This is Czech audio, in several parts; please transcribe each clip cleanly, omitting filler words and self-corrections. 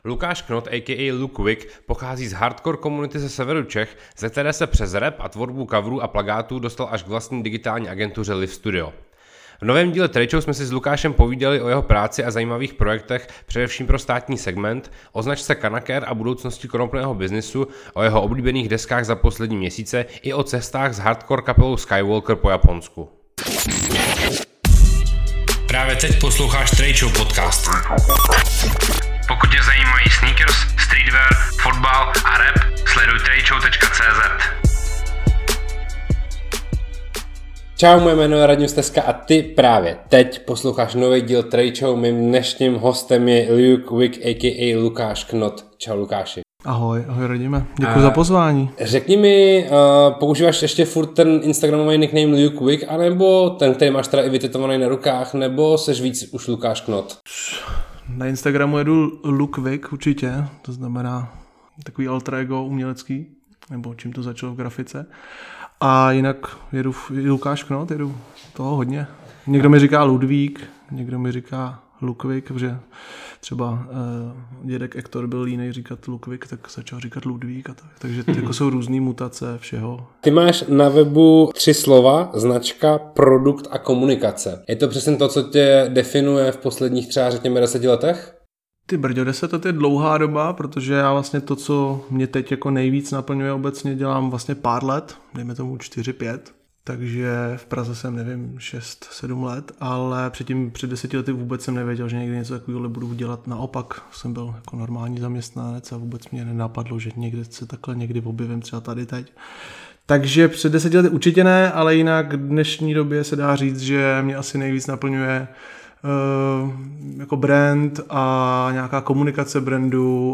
Lukáš Knot, a.k.a. Luke Wick, pochází z hardcore komunity ze severu Čech, ze které se přes rap a tvorbu coverů a plakátů dostal až k vlastní digitální agentuře Live Studio. V novém díle Trade Show jsme si s Lukášem povídali o jeho práci a zajímavých projektech, především pro státní segment, o značce Kanaker a budoucnosti konopného biznisu, o jeho oblíbených deskách za poslední měsíce i o cestách s hardcore kapelou Skywalker po Japonsku. Právě teď posloucháš Trade Show podcast. Pokud tě zajímají sneakers, streetwear, fotbal a rap, sleduj tradeshow.cz. Čau, moje jméno je Radim Steska a ty právě teď posloucháš nový díl Trade Show. Mým dnešním hostem je Luke Wick, a.k.a. Lukáš Knot. Čau Lukáši. Ahoj Radime, děkuji za pozvání. Řekni mi, používáš ještě furt ten instagramový nickname Luke Wick, anebo ten, který máš teda i vytetovaný na rukách, nebo seš víc už Lukáš Knot? Na Instagramu jedu Luke Wick určitě, to znamená takový alter ego umělecký, nebo čím to začalo v grafice. A jinak jedu Lukáš Knot, jedu toho hodně. Někdo mi říká Ludvík, někdo mi říká Luke Wick, protože třeba dědek Ektor byl línej říkat Luke Wick, tak začal říkat Ludvík a tak. Takže jako jsou různý mutace všeho. Ty máš na webu 3 slova, značka, produkt a komunikace. Je to přesně to, co tě definuje v posledních třeba řekněme 10 letech? Ty brďo, 10 let je dlouhá doba, protože já vlastně to, co mě teď jako nejvíc naplňuje obecně, dělám vlastně pár let, dejme tomu 4-5. Takže v Praze jsem, nevím, 6-7 let, ale předtím před 10 lety vůbec jsem nevěděl, že někdy něco takového budu dělat. Naopak jsem byl jako normální zaměstnanec a vůbec mě nenapadlo, že někde se takhle někdy objevím třeba tady teď. Takže před 10 lety určitě ne, ale jinak v dnešní době se dá říct, že mě asi nejvíc naplňuje jako brand a nějaká komunikace brandu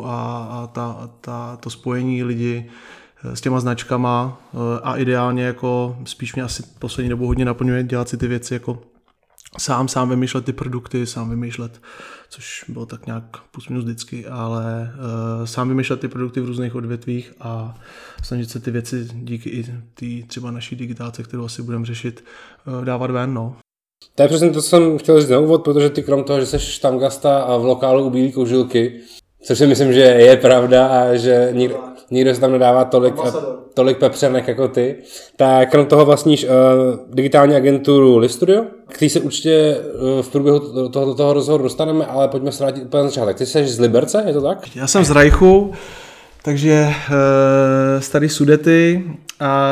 a to spojení lidí s těma značkama a ideálně jako spíš mě asi poslední dobou hodně naplňuje dělat si ty věci jako sám vymýšlet ty produkty, sám vymýšlet, což bylo tak nějak plus minus vždycky, ale sám vymýšlet ty produkty v různých odvětvích a snažit se ty věci díky i té třeba naší digitálce, kterou asi budeme řešit, dávat ven, no. To je přesně to, co jsem chtěl říct na úvod, protože ty krom toho, že jsi štamgasta a v lokálu u Bílý kožilky, což si myslím, že je pravda a že nikdo se tam nedává tolik pepřenek jako ty, tak krom toho vlastníš digitální agenturu Live Studio, který se určitě v průběhu toho rozhovoru dostaneme, ale pojďme se vrátit úplně na začátek. Ty jsi z Liberce, je to tak? Já jsem z Rajchu, takže starý Sudety a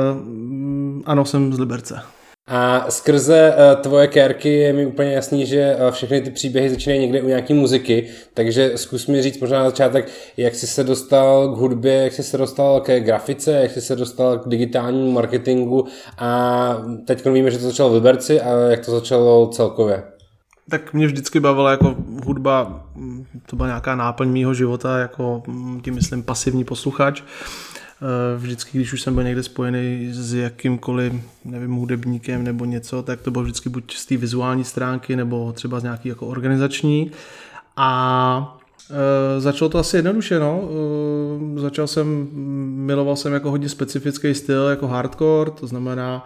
ano, jsem z Liberce. A skrze tvoje kérky je mi úplně jasný, že všechny ty příběhy začínají někde u nějaký muziky, takže zkus mi říct možná na začátek, jak jsi se dostal k hudbě, jak jsi se dostal ke grafice, jak jsi se dostal k digitálnímu marketingu a teď víme, že to začalo v Liberci a jak to začalo celkově. Tak mě vždycky bavila jako hudba, to byla nějaká náplň mýho života, jako tím myslím pasivní posluchač. Vždycky, když už jsem byl někde spojený s jakýmkoliv, nevím, hudebníkem nebo něco, tak to bylo vždycky buď z té vizuální stránky nebo třeba z nějaký jako organizační. A začalo to asi jednoduše, no. Miloval jsem jako hodně specifický styl, jako hardcore, to znamená,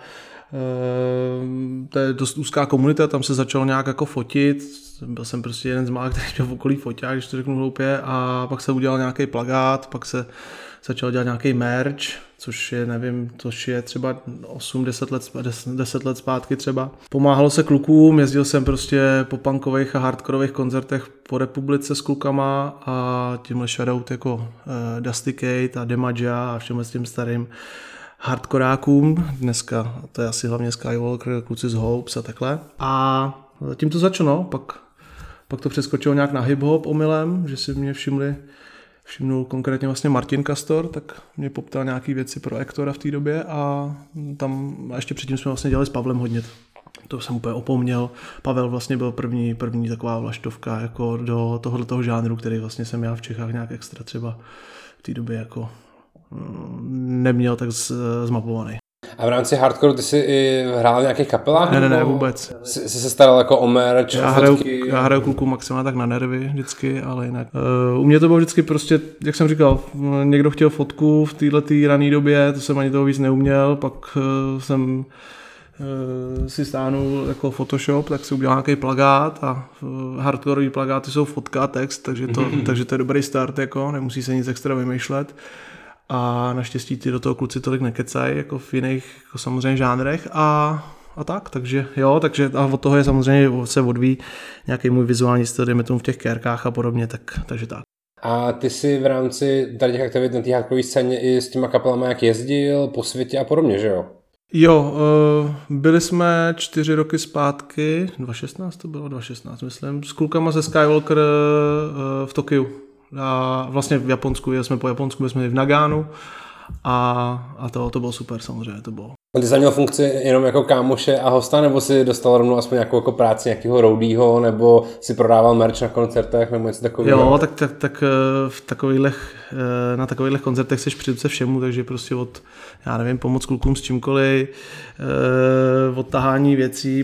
to je dost úzká komunita, tam se začalo nějak jako fotit, byl jsem prostě jeden z mála, který měl v okolí foťák, když to řeknu hloupě, a pak se udělal nějaký plakát, pak se začal dělat nějaký merch, což je třeba 10 let zpátky třeba. Pomáhalo se klukům, jezdil jsem prostě po punkových a hardkorových koncertech po republice s klukama a tímhle shoutout jako Dusty Kate a Demaja a všemhle s tím starým hardkorákům. Dneska to je asi hlavně Skywalker, kluci z Hopes a takhle. A tím to začalo, pak to přeskočilo nějak na hip-hop omylem, že si mě všimnul konkrétně vlastně Martin Kastor, tak mě poptal nějaký věci pro Ektora v té době a ještě předtím jsme vlastně dělali s Pavlem hodně. To jsem úplně opomněl. Pavel vlastně byl první taková vlaštovka jako do tohoto žánru, který vlastně jsem já v Čechách nějak extra třeba v té době jako neměl tak zmapovaný. A v rámci hardcore ty jsi i hrál v nějakých kapelách? Ne, vůbec. Jsi se staral jako o merch? Já hraju kluku maximálně tak na nervy vždycky, ale jinak. U mě to bylo vždycky prostě, jak jsem říkal, někdo chtěl fotku v této rané době, to jsem ani toho víc neuměl, pak jsem si stáhnu jako Photoshop, tak si udělám nějaký plagát a hardcoreový plagáty jsou fotka a text, takže to je dobrý start, jako, nemusí se nic extra vymýšlet. A naštěstí ty do toho kluci tolik nekecají, jako v jiných jako samozřejmě žánrech a tak, takže jo, takže a od toho je samozřejmě se odvíjí nějaký můj vizuální styl, dejme tomu v těch kérkách a podobně, takže tak. A ty si v rámci tady těch aktivit na té hardcore scéně i s těma kapelama jak jezdil po světě a podobně, že jo? Jo, byli jsme 4 roky zpátky, 2016 to bylo, 2016 myslím, s klukama ze Skywalker v Tokiu. A vlastně v Japonsku, jeli jsme po Japonsku, byli jsme v Nagánu a to bylo super samozřejmě, to bylo. Ty jsi měl funkci jenom jako kámoše a hosta, nebo si dostal rovnou aspoň nějakou jako práci nějakého roadieho, nebo si prodával merch na koncertech, nebo něco takového? Jo, tak v na takových koncertech seš přidce všemu, takže prostě já nevím, pomoct klukům s čímkoliv, od tahání věcí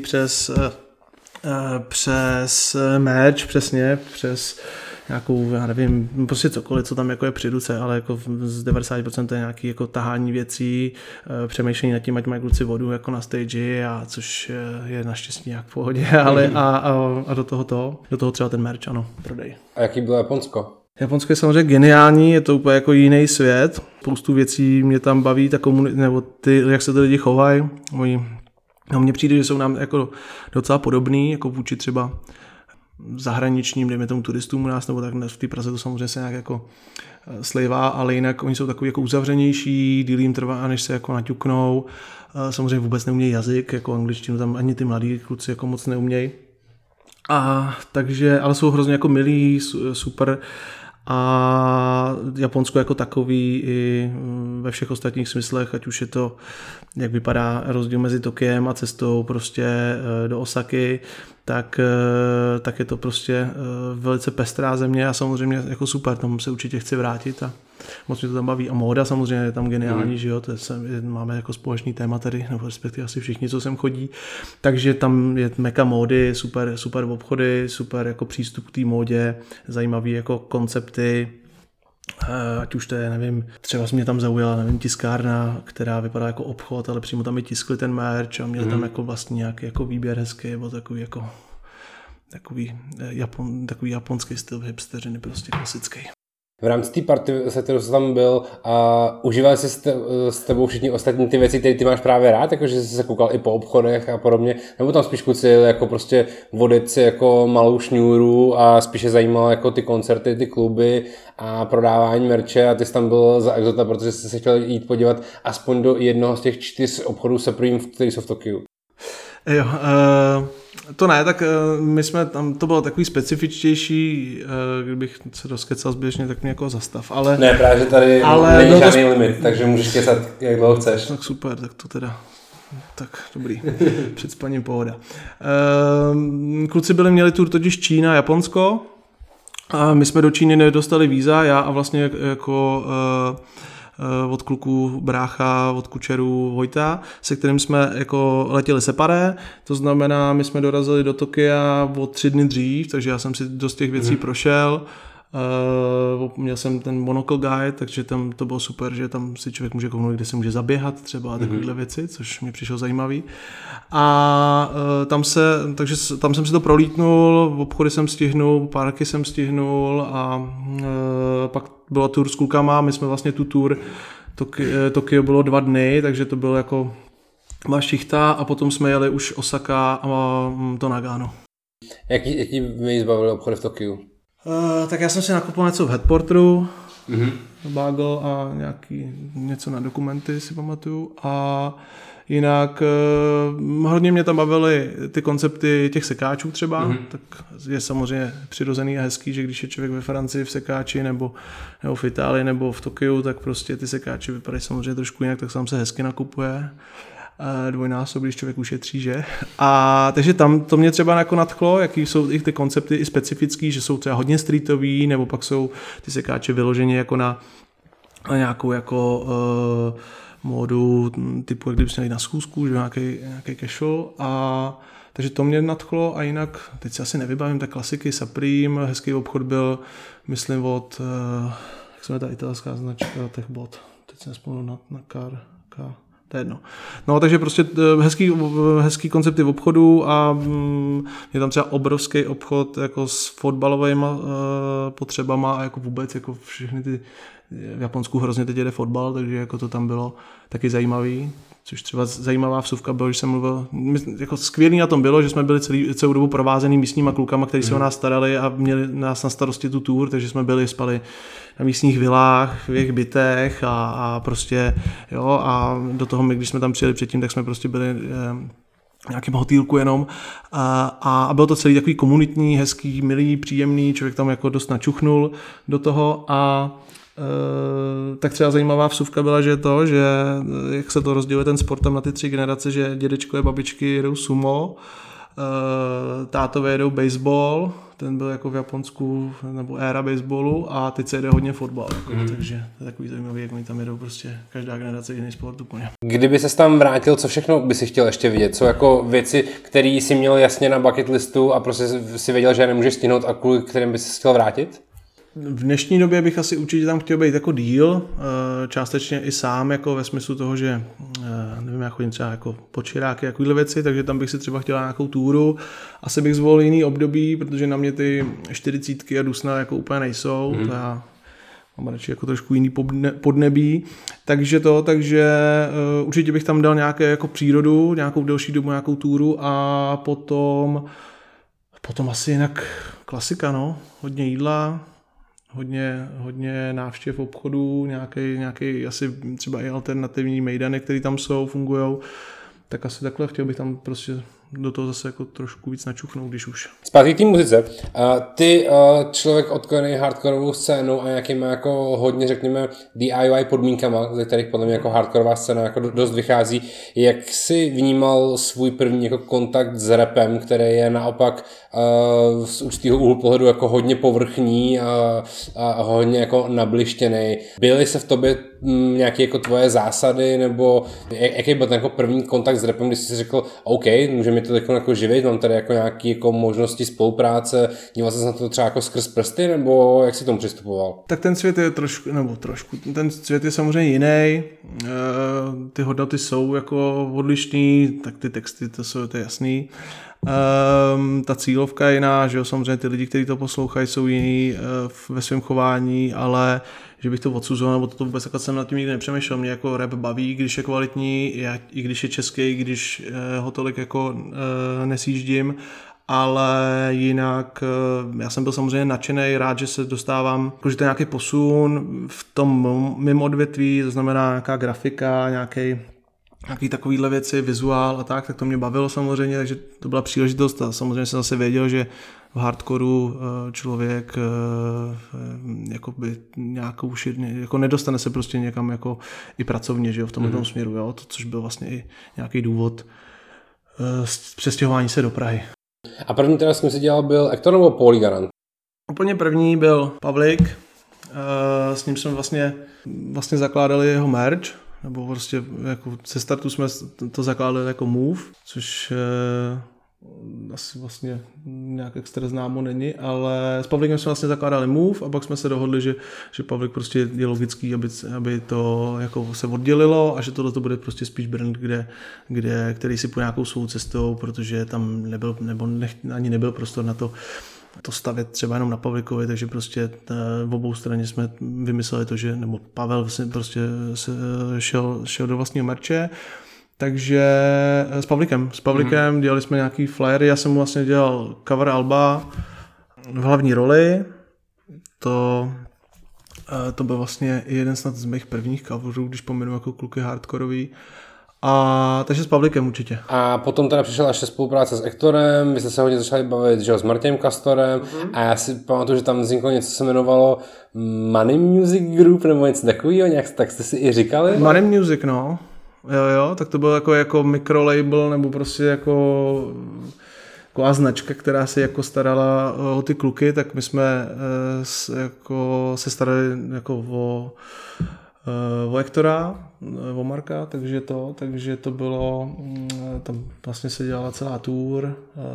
přes merch, přesně, přes nějakou, já nevím, prostě cokoliv, co tam jako je při ruce, ale jako z 90% to je nějaký jako tahání věcí, přemýšlení nad tím, ať mají kluci vodu jako na stage, a což je naštěstí nějak v pohodě, ale a do toho třeba ten merch, ano, prodej. A jaký bylo Japonsko? Japonsko je samozřejmě geniální, je to úplně jako jiný svět, spoustu věcí mě tam baví, ta komunita, nebo jak se ty lidi chovají, mně přijde, že jsou nám jako docela podobný, jako vůči třeba zahraničním, dejme tomu turistům u nás, nebo tak v té Praze to samozřejmě se nějak jako slejvá, ale jinak oni jsou takový jako uzavřenější, díl jim trvá, než se jako naťuknou. Samozřejmě vůbec neumějí jazyk, jako angličtinu tam ani ty mladí kluci jako moc neumějí. Takže, ale jsou hrozně jako milí, super. A Japonsko jako takový i ve všech ostatních smyslech, ať už je to, jak vypadá rozdíl mezi Tokiem a cestou prostě do Osaky, tak je to prostě velice pestrá země a samozřejmě jako super, tam se určitě chci vrátit a moc mě to tam baví. A móda samozřejmě je tam geniální, že jo, máme jako společný téma tady, nebo respektive asi všichni, co sem chodí, takže tam je meka módy, super obchody, super jako přístup k té módě, zajímavý jako koncepty, ať už to je, nevím, třeba mě tam zaujala, nevím, tiskárna, která vypadá jako obchod, ale přímo tam i tiskli ten merch a měli tam jako vlastně nějaký jako výběr hezký, nebo takový japonský styl hipsteřiny, prostě klasický. V rámci té party, se kterou jsi tam byl, a užívali jsi s tebou všichni ostatní ty věci, které ty máš právě rád, jakože jsi se koukal i po obchodech a podobně, nebo tam spíš kluci jako prostě vodit si jako malou šňůru a spíše zajímalo jako ty koncerty, ty kluby a prodávání merče a ty jsi tam byl za exota, protože jsi se chtěl jít podívat aspoň do jednoho z těch 4 obchodů Supreme, který jsou v Tokiu. Jo, to ne, tak my jsme tam, to bylo takový specifičtější, kdybych se rozkecal zběžně, tak mě jako zastav, ale... Ne, právě, že tady není žádný limit, takže můžeš kecat, jak dlouho chceš. Tak super, tak to teda, tak dobrý, před spaním pohoda. Kluci měli tur totiž Čína, Japonsko, a my jsme do Číny nedostali víza, já a vlastně jako... od kluků brácha, od kučerů Vojta, se kterým jsme jako letěli separé, to znamená, my jsme dorazili do Tokia o 3 dny dřív, takže já jsem si dost těch věcí prošel, měl jsem ten monocle guide, takže tam to bylo super, že tam si člověk může kouknout, kde se může zaběhat třeba a takovéhle věci, což mě přišlo zajímavý. A tam jsem si to prolítnul, v obchody jsem stihnul, parky jsem stihnul a pak byla tour s klukama, my jsme vlastně tu tour, Tokio bylo 2 dny, takže to bylo jako šichta a potom jsme jeli už Osaka a to Nagano. Jaký mě zbavili obchody v Tokiu? Tak já jsem si nakupoval něco v Headporteru, bagel a něco na dokumenty si pamatuju a jinak hodně mě tam bavily ty koncepty těch sekáčů třeba, tak je samozřejmě přirozený a hezký, že když je člověk ve Francii v sekáči nebo v Itálii nebo v Tokiu, tak prostě ty sekáči vypadají samozřejmě trošku jinak, tak sám se hezky nakupuje. Dvojnásob, když člověk ušetří, že? A takže tam to mě třeba jako nadchlo, jaký jsou i ty koncepty i specifický, že jsou třeba hodně streetový, nebo pak jsou ty sekáče vyloženě jako na nějakou jako módu typu, jak kdyby se na schůzku, že nějaký casual a takže to mě nadchlo a jinak, teď si asi nevybavím, tak klasiky Supreme, hezký obchod byl, myslím od, jak se jmenuje ta italská značka, Techbot, teď se nespomenu na to je jedno. No, takže prostě hezký koncepty v obchodu a je tam třeba obrovský obchod jako s fotbalovými potřebama a jako vůbec jako všechny ty, v Japonsku hrozně teď jede fotbal, takže jako to tam bylo taky zajímavý. Což třeba zajímavá vsuvka bylo, že jsem mluvil, jako skvělý na tom bylo, že jsme byli celou dobu provázený místníma klukama, kteří se o nás starali a měli nás na starosti tu tour, takže jsme spali na místních vilách, v jejich bytech a prostě, jo, a do toho my, když jsme tam přijeli předtím, tak jsme prostě byli nějakým hotýlku jenom a bylo to celý takový komunitní, hezký, milý, příjemný, člověk tam jako dost načuchnul do toho a tak třeba zajímavá vsuvka byla, že jak se to rozděluje ten sport tam na ty 3 generace, že dědečkové, babičky jedou sumo, tátové jedou baseball, ten byl jako v Japonsku, nebo éra baseballu a teď se jede hodně fotbal, jako, takže to je takový zajímavý, jak oni tam jedou prostě každá generace jiný sport úplně. Kdyby ses tam vrátil, co všechno by si chtěl ještě vidět? Co jako věci, které jsi měl jasně na bucket listu a prostě si věděl, že je nemůžeš stihnout a kvůli kterým bys se chtěl vrátit? V dnešní době bych asi určitě tam chtěl být jako díl, částečně i sám, jako ve smyslu toho, že nevím, já chodím třeba jako Počiráky, takovýhle věci, takže tam bych si třeba chtěl nějakou túru. Asi bych zvolil jiný období, protože na mě ty 40 a Dusna jako úplně nejsou, to já mám radši jako trošku jiný podnebí, takže určitě bych tam dal nějaké jako přírodu, nějakou delší dobu, nějakou túru a potom asi jinak klasika, no, hodně jídla, hodně návštěv obchodů, nějaký asi třeba i alternativní mejdany, které tam jsou, fungujou, tak asi takhle chtěl bych tam prostě do toho zase jako trošku víc načuchnout, když už. Zpátky k té muzice. Ty člověk odkojený hardkorovou scénou a nějakýma jako hodně, řekněme, DIY podmínkama, ze kterých podle mě jako hardkorová scéna jako dost vychází. Jak jsi vnímal svůj první jako kontakt s rapem, který je naopak z určitého úhlu pohledu jako hodně povrchní a hodně jako nablištěný. Byly se v tobě nějaké jako tvoje zásady, nebo jaký byl ten jako první kontakt s rapem, když jsi řekl, OK, může mi to jako živit, mám tady jako nějaké jako možnosti spolupráce, díval se na to třeba jako skrz prsty, nebo jak jsi tomu přistupoval? Tak ten svět je trošku, ten svět je samozřejmě jiný, ty hodnoty jsou jako odlišný, tak ty texty, to je jasný. Ta cílovka je jiná, že jo, samozřejmě ty lidi, kteří to poslouchají, jsou jiný ve svém chování, ale že bych to odsuzoval, nebo to vůbec jako jsem nad tím nikdy nepřemýšlel. Mě jako rap baví, když je kvalitní, i když je český, když ho tolik jako nesjíždím, ale jinak já jsem byl samozřejmě nadšený, rád, že se dostávám, že to je nějaký posun v tom mým odvětví, to znamená nějaká grafika, nějaký takovýhle věci, vizuál a tak to mě bavilo samozřejmě, takže to byla příležitost a samozřejmě jsem zase věděl, že v hardcoreu člověk jakoby nějakou jako nedostane se prostě někam jako i pracovně, že jo, v tomhle směru, jo, což byl vlastně i nějaký důvod přestěhování se do Prahy. A první teda jsem si dělal byl Ektor nebo Pauli Garant? Úplně první byl Pavlik, s ním jsme vlastně zakládali jeho merch, nebo prostě jako ze startu jsme to zakládali jako Move, což asi vlastně nějak extra známo není, ale s Pavlikem jsme vlastně zakládali Move a pak jsme se dohodli, že Pavlik prostě je logický, aby to jako se oddělilo a že tohle to bude prostě spíš brand, který si půjde nějakou svou cestou, protože tam ani nebyl prostor na to stavět třeba jenom na Pavlikovi, takže prostě v obou straně jsme vymysleli to, že nebo Pavel prostě šel do vlastního merče, takže s Pavlikem dělali jsme nějaký flyery, já jsem mu vlastně dělal cover alba v hlavní roli, to byl vlastně jeden snad z mých prvních coverů, když pominu jako kluky hardkorový. Takže s Pavlikem určitě. A potom teda přišla ještě spolupráce s Ektorem, vy jste se hodně začali bavit, že s Martinem Kastorem a já si pamatuju, že tam vzniklo něco, co se jmenovalo Money Music Group nebo něco takového, nějak tak jste si i říkali? Money Music, no. Jo, tak to bylo jako mikrolabel nebo prostě jako značka, která se jako starala o ty kluky, tak my jsme jako se starali jako o Ektora, o Marka, takže to bylo, tam vlastně se dělala celá tour,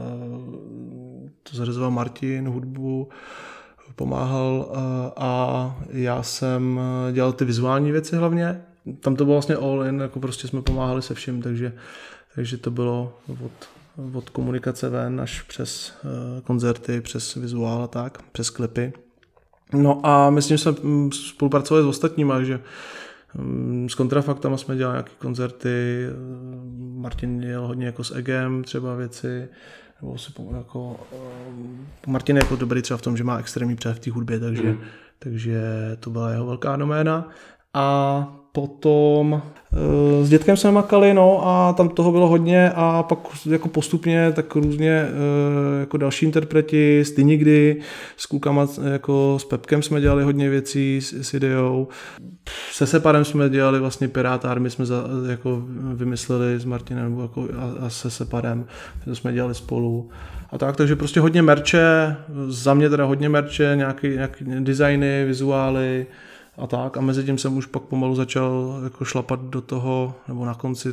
to zařizoval Martin, hudbu, pomáhal a já jsem dělal ty vizuální věci hlavně tam to bylo vlastně all in, jako prostě jsme pomáhali se vším, takže to bylo od komunikace ven až přes koncerty, přes vizuál a tak, přes klipy. No a myslím, že jsme spolupracovali s ostatníma, že s Kontrafaktama jsme dělali nějaké koncerty, Martin jel hodně jako s Egem třeba věci, nebo si jako, Martin je jako dobrý třeba v tom, že má extrémní přehled v té hudbě, takže to byla jeho velká doména. A potom s dětkem jsme makali, no a tam toho bylo hodně a pak jako postupně tak různě jako další interpreti, s Nikdy, s klukama, jako s Pepkem jsme dělali hodně věcí, s Ideou. Se Separem jsme dělali vlastně Pirate Army, jsme jako vymysleli s Martinem jako a se Separem, to jsme dělali spolu. A tak, takže prostě hodně merče, za mě teda hodně merče, nějaký designy, vizuály, a tak. A mezi tím jsem už pak pomalu začal jako šlapat do toho, nebo na konci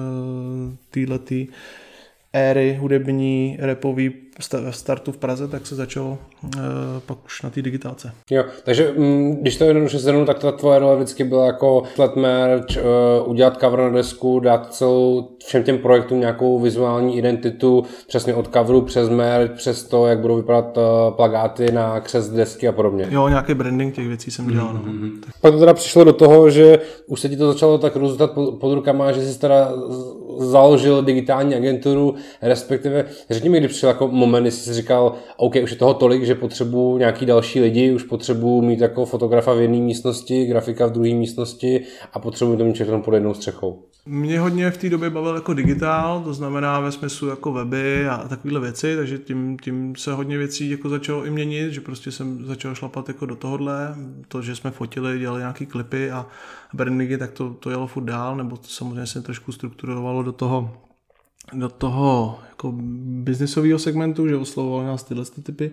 téhletý éry hudební, rapový startu v Praze, tak se začalo pak už na té digitálce. Jo, takže když to jednoduše zhrnu, tak ta tvoje role vždycky byla jako let merch, udělat cover na desku, dát všem těm projektům nějakou vizuální identitu, přesně od coveru přes merch, přes to, jak budou vypadat plakáty na křest desky a podobně. Jo, nějaký branding těch věcí jsem dělal. No. Pak to teda přišlo do toho, že už se ti to začalo tak rozůstat pod rukama, že jsi teda založil digitální agenturu, respektive řekni mi, kdy přišel jako moment, jestli jsi říkal, OK, už je toho tolik, že potřebuji nějaký další lidi, už potřebuji mít jako fotografa v jedné místnosti, grafika v druhé místnosti a potřebuji to mít všechno pod jednou střechou. Mě hodně v té době bavil jako digitál, to znamená ve smyslu jako weby a takovéhle věci, takže tím se hodně věcí jako začalo i měnit, že prostě jsem začal šlapat jako do tohohle, to, že jsme fotili, dělali nějaký klipy a brandingy, tak to jelo furt dál, nebo to samozřejmě se trošku strukturovalo do toho jako biznisového segmentu, že oslovoval nás tyhle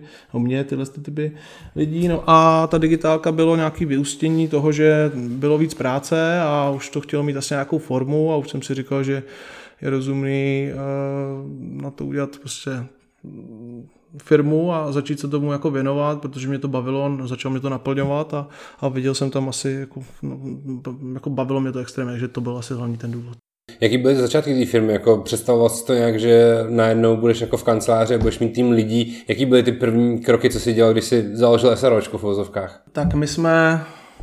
typy lidí. No a ta digitálka bylo nějaké vyústění toho, že bylo víc práce a už to chtělo mít asi nějakou formu a už jsem si říkal, že je rozumný na to udělat prostě firmu a začít se tomu jako věnovat, protože mě to bavilo, začalo mě to naplňovat a viděl jsem tam asi, jako bavilo mě to extrémně, takže to byl asi hlavní ten důvod. Jaký byly začátky té firmy? Jako představoval jsi to nějak, že najednou budeš jako v kanceláři a budeš mít tým lidí? Jaký byly ty první kroky, co jsi dělal, když jsi založil SROčko v vozovkách? Tak my jsme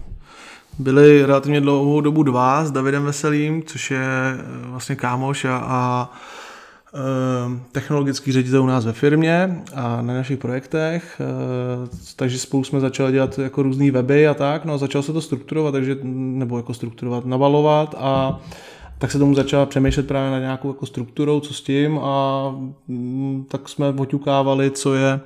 byli relativně dlouhou dobu dva s Davidem Veselým, což je vlastně kámoš a technologický ředitel u nás ve firmě a na našich projektech, takže spolu jsme začali dělat jako různý weby a tak, no a začalo se to strukturovat, nabalovat a tak se tomu začala přemýšlet právě na nějakou jako strukturou, co s tím a tak jsme oťukávali, co je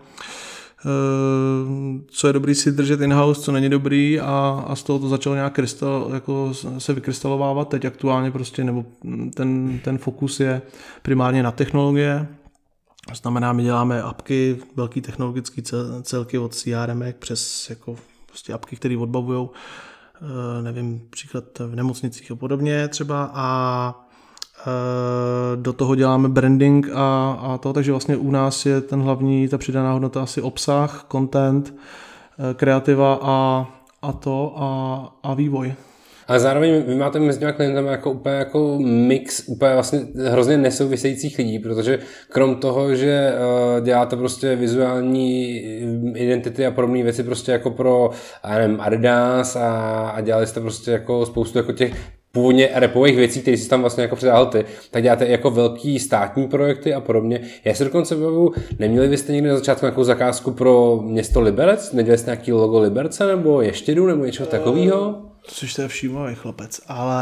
dobrý si držet in-house, co není dobrý a z toho to začalo nějak jako se vykrystalovávat. Teď aktuálně prostě, nebo ten fokus je primárně na technologie. To znamená, my děláme apky, velký technologický celky od CRM přes jako prostě apky, které odbavujou nevím, příklad v nemocnicích a podobně třeba a do toho děláme branding a to, takže vlastně u nás je ta přidaná hodnota asi obsah, content, kreativa a vývoj. Ale zároveň vy máte mezi těmi klientami jako úplně jako mix úplně vlastně hrozně nesouvisejících lidí, protože krom toho, že děláte prostě vizuální identity a podobné věci prostě jako pro Adidas a dělali jste prostě jako spoustu jako těch původně rapových věcí, které jsi tam vlastně jako předáhl ty, tak děláte jako velký státní projekty a podobně. Já si dokonce bavu, neměli byste někdy na začátku nějakou zakázku pro město Liberec? Nedělali jste nějaký logo Liberce nebo Ještědu nebo něčeho takového? Což to je všímavý chlapec,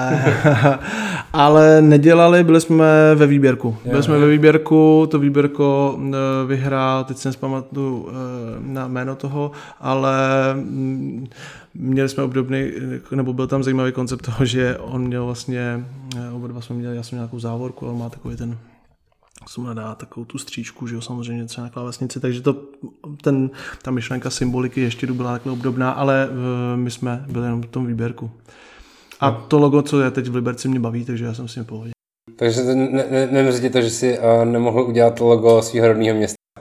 ale nedělali, byli jsme ve výběrku. To výběrko vyhrál, teď se nepamatuju na jméno toho, ale měli jsme obdobný, nebo byl tam zajímavý koncept toho, že on měl vlastně, oba dva jsme měli, já jsem nějakou závorku, ale má takový ten, se mu nadá takovou tu stříčku, že jo, samozřejmě třeba na klávesnici, takže ta myšlenka symboliky ještě byla takhle obdobná, ale my jsme byli jenom v tom výběrku. A to logo, co je teď v Liberci, mě baví, takže já jsem si pohodě. Takže nemrzí to, že si nemohl udělat logo svého rodného města?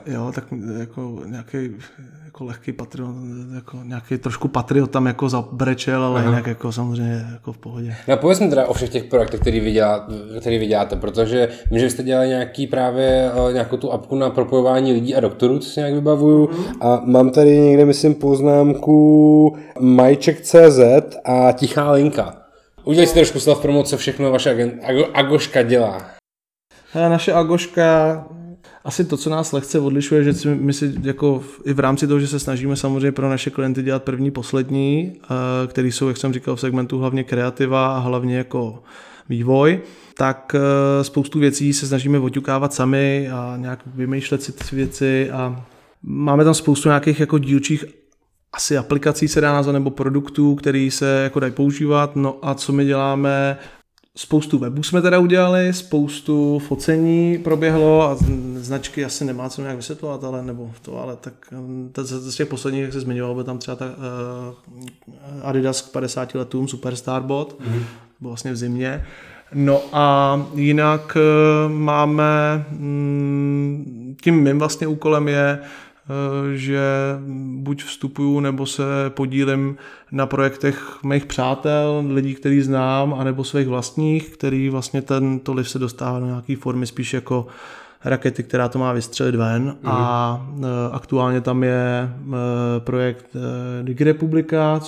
Jo, tak jako nějaký jako lehký patriot, jako nějaký trošku patriot tam jako zabrečel, ale jinak jako samozřejmě jako v pohodě. No pověz mi teda o všech těch projektech, který vy děláte, protože vím, že jste dělali nějakou tu apku na propojování lidí a doktorů, co si nějak vybavuju, a mám tady někde, myslím, poznámku mycheck.cz a Tichá linka. Udělej si trošku slav promo, co všechno vaše Agoška dělá. Naše Agoška, asi to, co nás lehce odlišuje, že my si jako i v rámci toho, že se snažíme samozřejmě pro naše klienty dělat první, poslední, který jsou, jak jsem říkal, v segmentu hlavně kreativa a hlavně jako vývoj, tak spoustu věcí se snažíme oťukávat sami a nějak vymýšlet si ty věci a máme tam spoustu nějakých jako dílčích asi aplikací se dá nazvat, nebo produktů, který se jako dají používat. No a co my děláme? Spoustu webů jsme teda udělali, spoustu focení proběhlo a značky asi nemá co nějak vysvětlovat, ale tak z těch posledních, jak se zmiňoval, byl tam třeba ta Adidas k 50 letům Superstar Bot, byl vlastně v zimě. No a jinak máme, tím mým vlastně úkolem je, že buď vstupuju nebo se podílím na projektech mých přátel, lidí, který znám, anebo svých vlastních, který vlastně tento lift se dostává do nějaké formy spíš jako rakety, která to má vystřelit ven. A aktuálně tam je projekt DigiRepublika,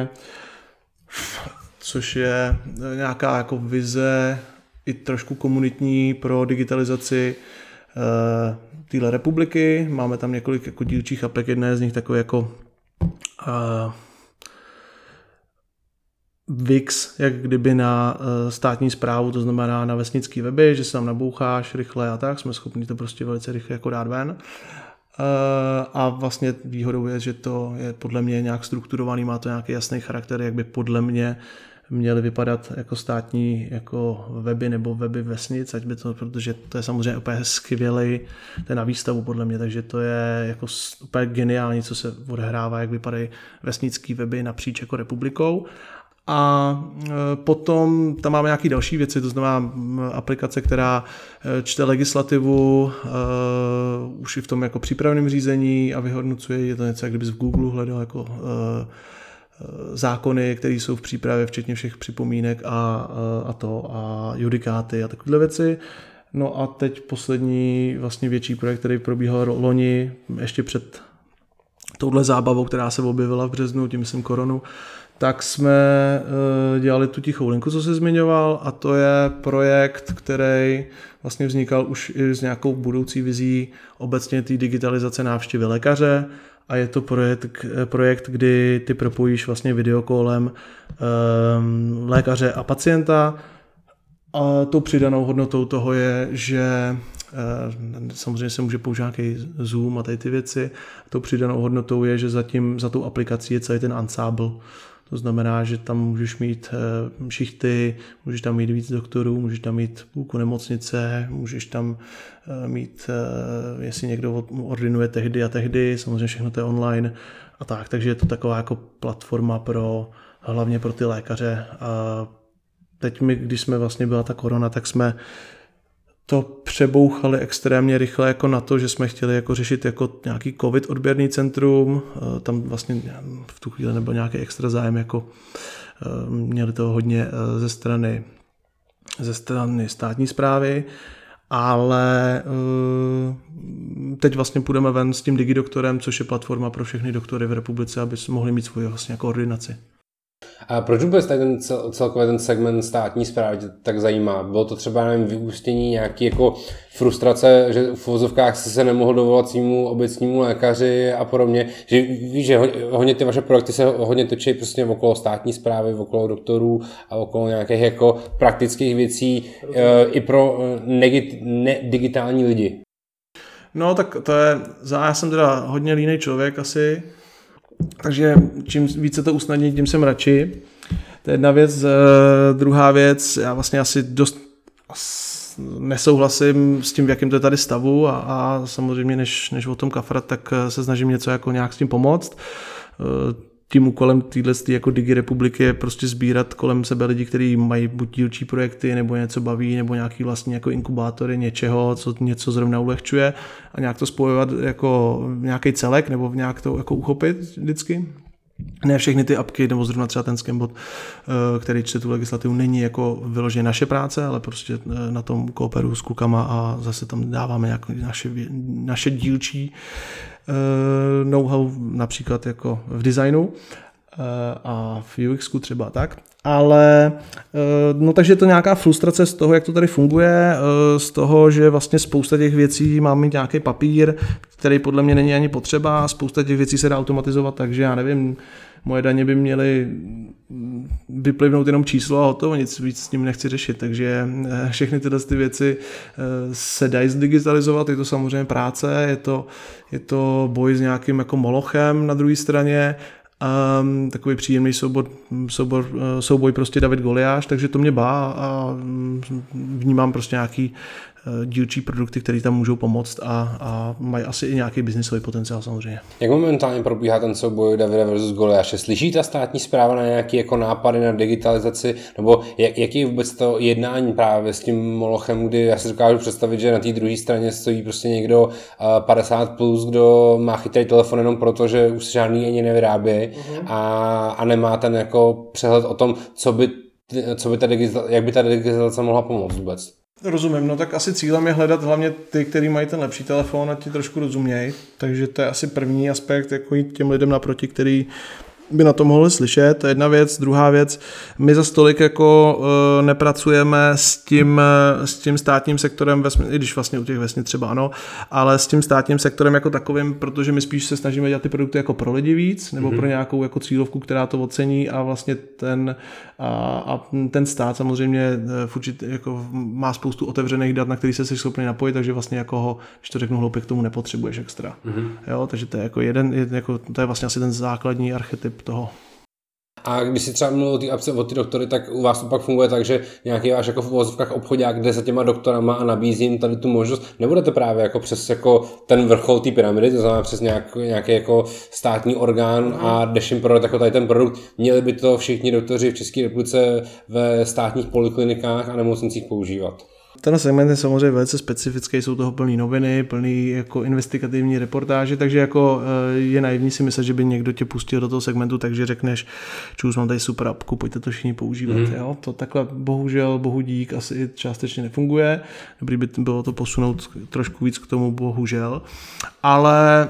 což je nějaká jako vize i trošku komunitní pro digitalizaci téhle republiky. Máme tam několik jako dílčích apek, jedna z nich takové jako VIX, jak kdyby na státní správu, to znamená na vesnický weby, že se tam naboucháš rychle a tak, jsme schopni to prostě velice rychle jako dát ven. A vlastně výhodou je, že to je podle mě nějak strukturovaný, má to nějaký jasný charakter, jak by podle mě měly vypadat jako státní jako weby nebo weby vesnic, ať by to, protože to je samozřejmě úplně skvělý, to je na výstavu podle mě, takže to je jako úplně geniální, co se odehrává, jak vypadají vesnický weby napříč jako republikou. A potom tam máme nějaké další věci, to znamená aplikace, která čte legislativu už i v tom jako přípravném řízení a vyhodnocuje, je to něco, jak kdybys v Google hledal jako zákony, které jsou v přípravě, včetně všech připomínek a judikáty a takové věci. No a teď poslední vlastně větší projekt, který probíhal loni, ještě před touhle zábavou, která se objevila v březnu, tím jsem koronu, tak jsme dělali tu Tichou linku, co jsi zmiňoval, a to je projekt, který vlastně vznikal už i s nějakou budoucí vizí obecně té digitalizace návštěvy lékaře. A je to projekt, kdy ty propojíš vlastně videokolem lékaře a pacienta. A tou přidanou hodnotou toho je, že samozřejmě se může použít nějaký Zoom a tady ty věci. Tou přidanou hodnotou je, že za tou aplikací je celý ten ansábl. To znamená, že tam můžeš mít šichty, můžeš tam mít víc doktorů, můžeš tam mít půlku nemocnice, můžeš tam mít, jestli někdo ordinuje tehdy a tehdy, samozřejmě všechno to je online a tak. Takže je to taková jako platforma hlavně pro ty lékaře. A teď když jsme vlastně byla ta korona, tak jsme to přebouchali extrémně rychle jako na to, že jsme chtěli jako řešit jako nějaký covid odběrný centrum, tam vlastně v tu chvíli nebyl nějaký extra zájem, jako měli to hodně ze strany státní správy, ale teď vlastně půjdeme ven s tím DigiDoktorem, což je platforma pro všechny doktory v republice, aby mohli mít svoji vlastně jako ordinaci. A proč vůbec celkově ten segment státní správy tak zajímá? Bylo to třeba vyústění nějaký jako frustrace, že v uvozovkách se nemohl dovolat svému obecnímu lékaři a podobně? Že víš, že hodně ty vaše projekty se hodně točí prostě okolo státní správy, okolo doktorů a okolo nějakých jako praktických věcí i pro digitální lidi. No tak to je, já jsem teda hodně línej člověk asi, takže čím více to usnadní, tím jsem radši. To je jedna věc. Druhá věc, já vlastně asi dost nesouhlasím s tím, v jakém to je tady stavu a samozřejmě než o tom kafrat, tak se snažím něco jako nějak s tím pomoct. tím úkolem této jako digirepubliky je prostě sbírat kolem sebe lidi, kteří mají buď dílčí projekty, nebo něco baví, nebo nějaký vlastní jako inkubátory něčeho, co něco zrovna ulehčuje a nějak to spojovat jako nějaký celek, nebo nějak to jako uchopit vždycky. Ne všechny ty apky, nebo zrovna třeba ten Scambot, který čte tu legislativu, není jako vyloženě naše práce, ale prostě na tom kooperuju s klukama a zase tam dáváme nějaké naše dílčí know-how, například jako v designu a v UXku třeba tak. Ale no takže je to nějaká frustrace z toho, jak to tady funguje, z toho, že vlastně spousta těch věcí má mít nějaký papír, který podle mě není ani potřeba, spousta těch věcí se dá automatizovat, takže já nevím, moje daně by měly vyplivnout jenom číslo a hotovo, nic víc s tím nechci řešit, takže všechny tyhle ty věci se dají zdigitalizovat, je to samozřejmě práce, je to boj s nějakým jako molochem na druhé straně, takový příjemný souboj prostě David Goliáš, takže to mě bá a vnímám prostě nějaký dílčí produkty, které tam můžou pomoct a mají asi i nějaký biznisový potenciál samozřejmě. Jak momentálně probíhá ten souboj Davida versus Goliáše? Slyší ta státní správa na nějaké jako nápady na digitalizaci, nebo jaký je vůbec to jednání právě s tím molochem, kdy já si dokážu představit, že na té druhé straně stojí prostě někdo 50+, kdo má chytrý telefon jenom proto, že už se žádný ani nevyrábí a nemá ten jako přehled o tom, jak by ta digitalizace mohla pomoct vůbec. Rozumím, no tak asi cílem je hledat hlavně ty, kteří mají ten lepší telefon a ti trošku rozumějí, takže to je asi první aspekt, jako jít těm lidem naproti, který by na to mohli slyšet, to je jedna věc. Druhá věc, my za stolik jako nepracujeme s tím státním sektorem, i když vlastně u těch vesnic třeba ano, ale s tím státním sektorem jako takovým, protože my spíš se snažíme dělat ty produkty jako pro lidi víc, nebo pro nějakou jako cílovku, která to ocení a vlastně ten stát samozřejmě jako má spoustu otevřených dat, na který se jsi schopný napojit, takže vlastně jako ho, když to řeknu hloupě, k tomu nepotřebuješ extra. Jo, takže to je jako to je vlastně asi ten základní archetyp toho. A když si třeba mluvil o té apce od ty doktory, tak u vás to pak funguje tak, že nějaký váš jako v uvozovkách obchodák jde za těma doktorama a nabízí jim tady tu možnost. Nebudete právě jako přes jako ten vrchol té pyramidy, to znamená přes nějaký jako státní orgán a jdeš jim prodat jako tady ten produkt. Měli by to všichni doktoři v České republice ve státních poliklinikách a nemocnicích používat. Ten segment je samozřejmě velice specifický, jsou toho plný noviny, plný jako investigativní reportáže, takže jako je naivní si myslet, že by někdo tě pustil do toho segmentu, takže řekneš, čus, mám tady super apku, pojďte to všichni používat. Jo? To takhle bohužel, bohu dík, asi částečně nefunguje. Dobrý by bylo to posunout trošku víc k tomu, bohužel. Ale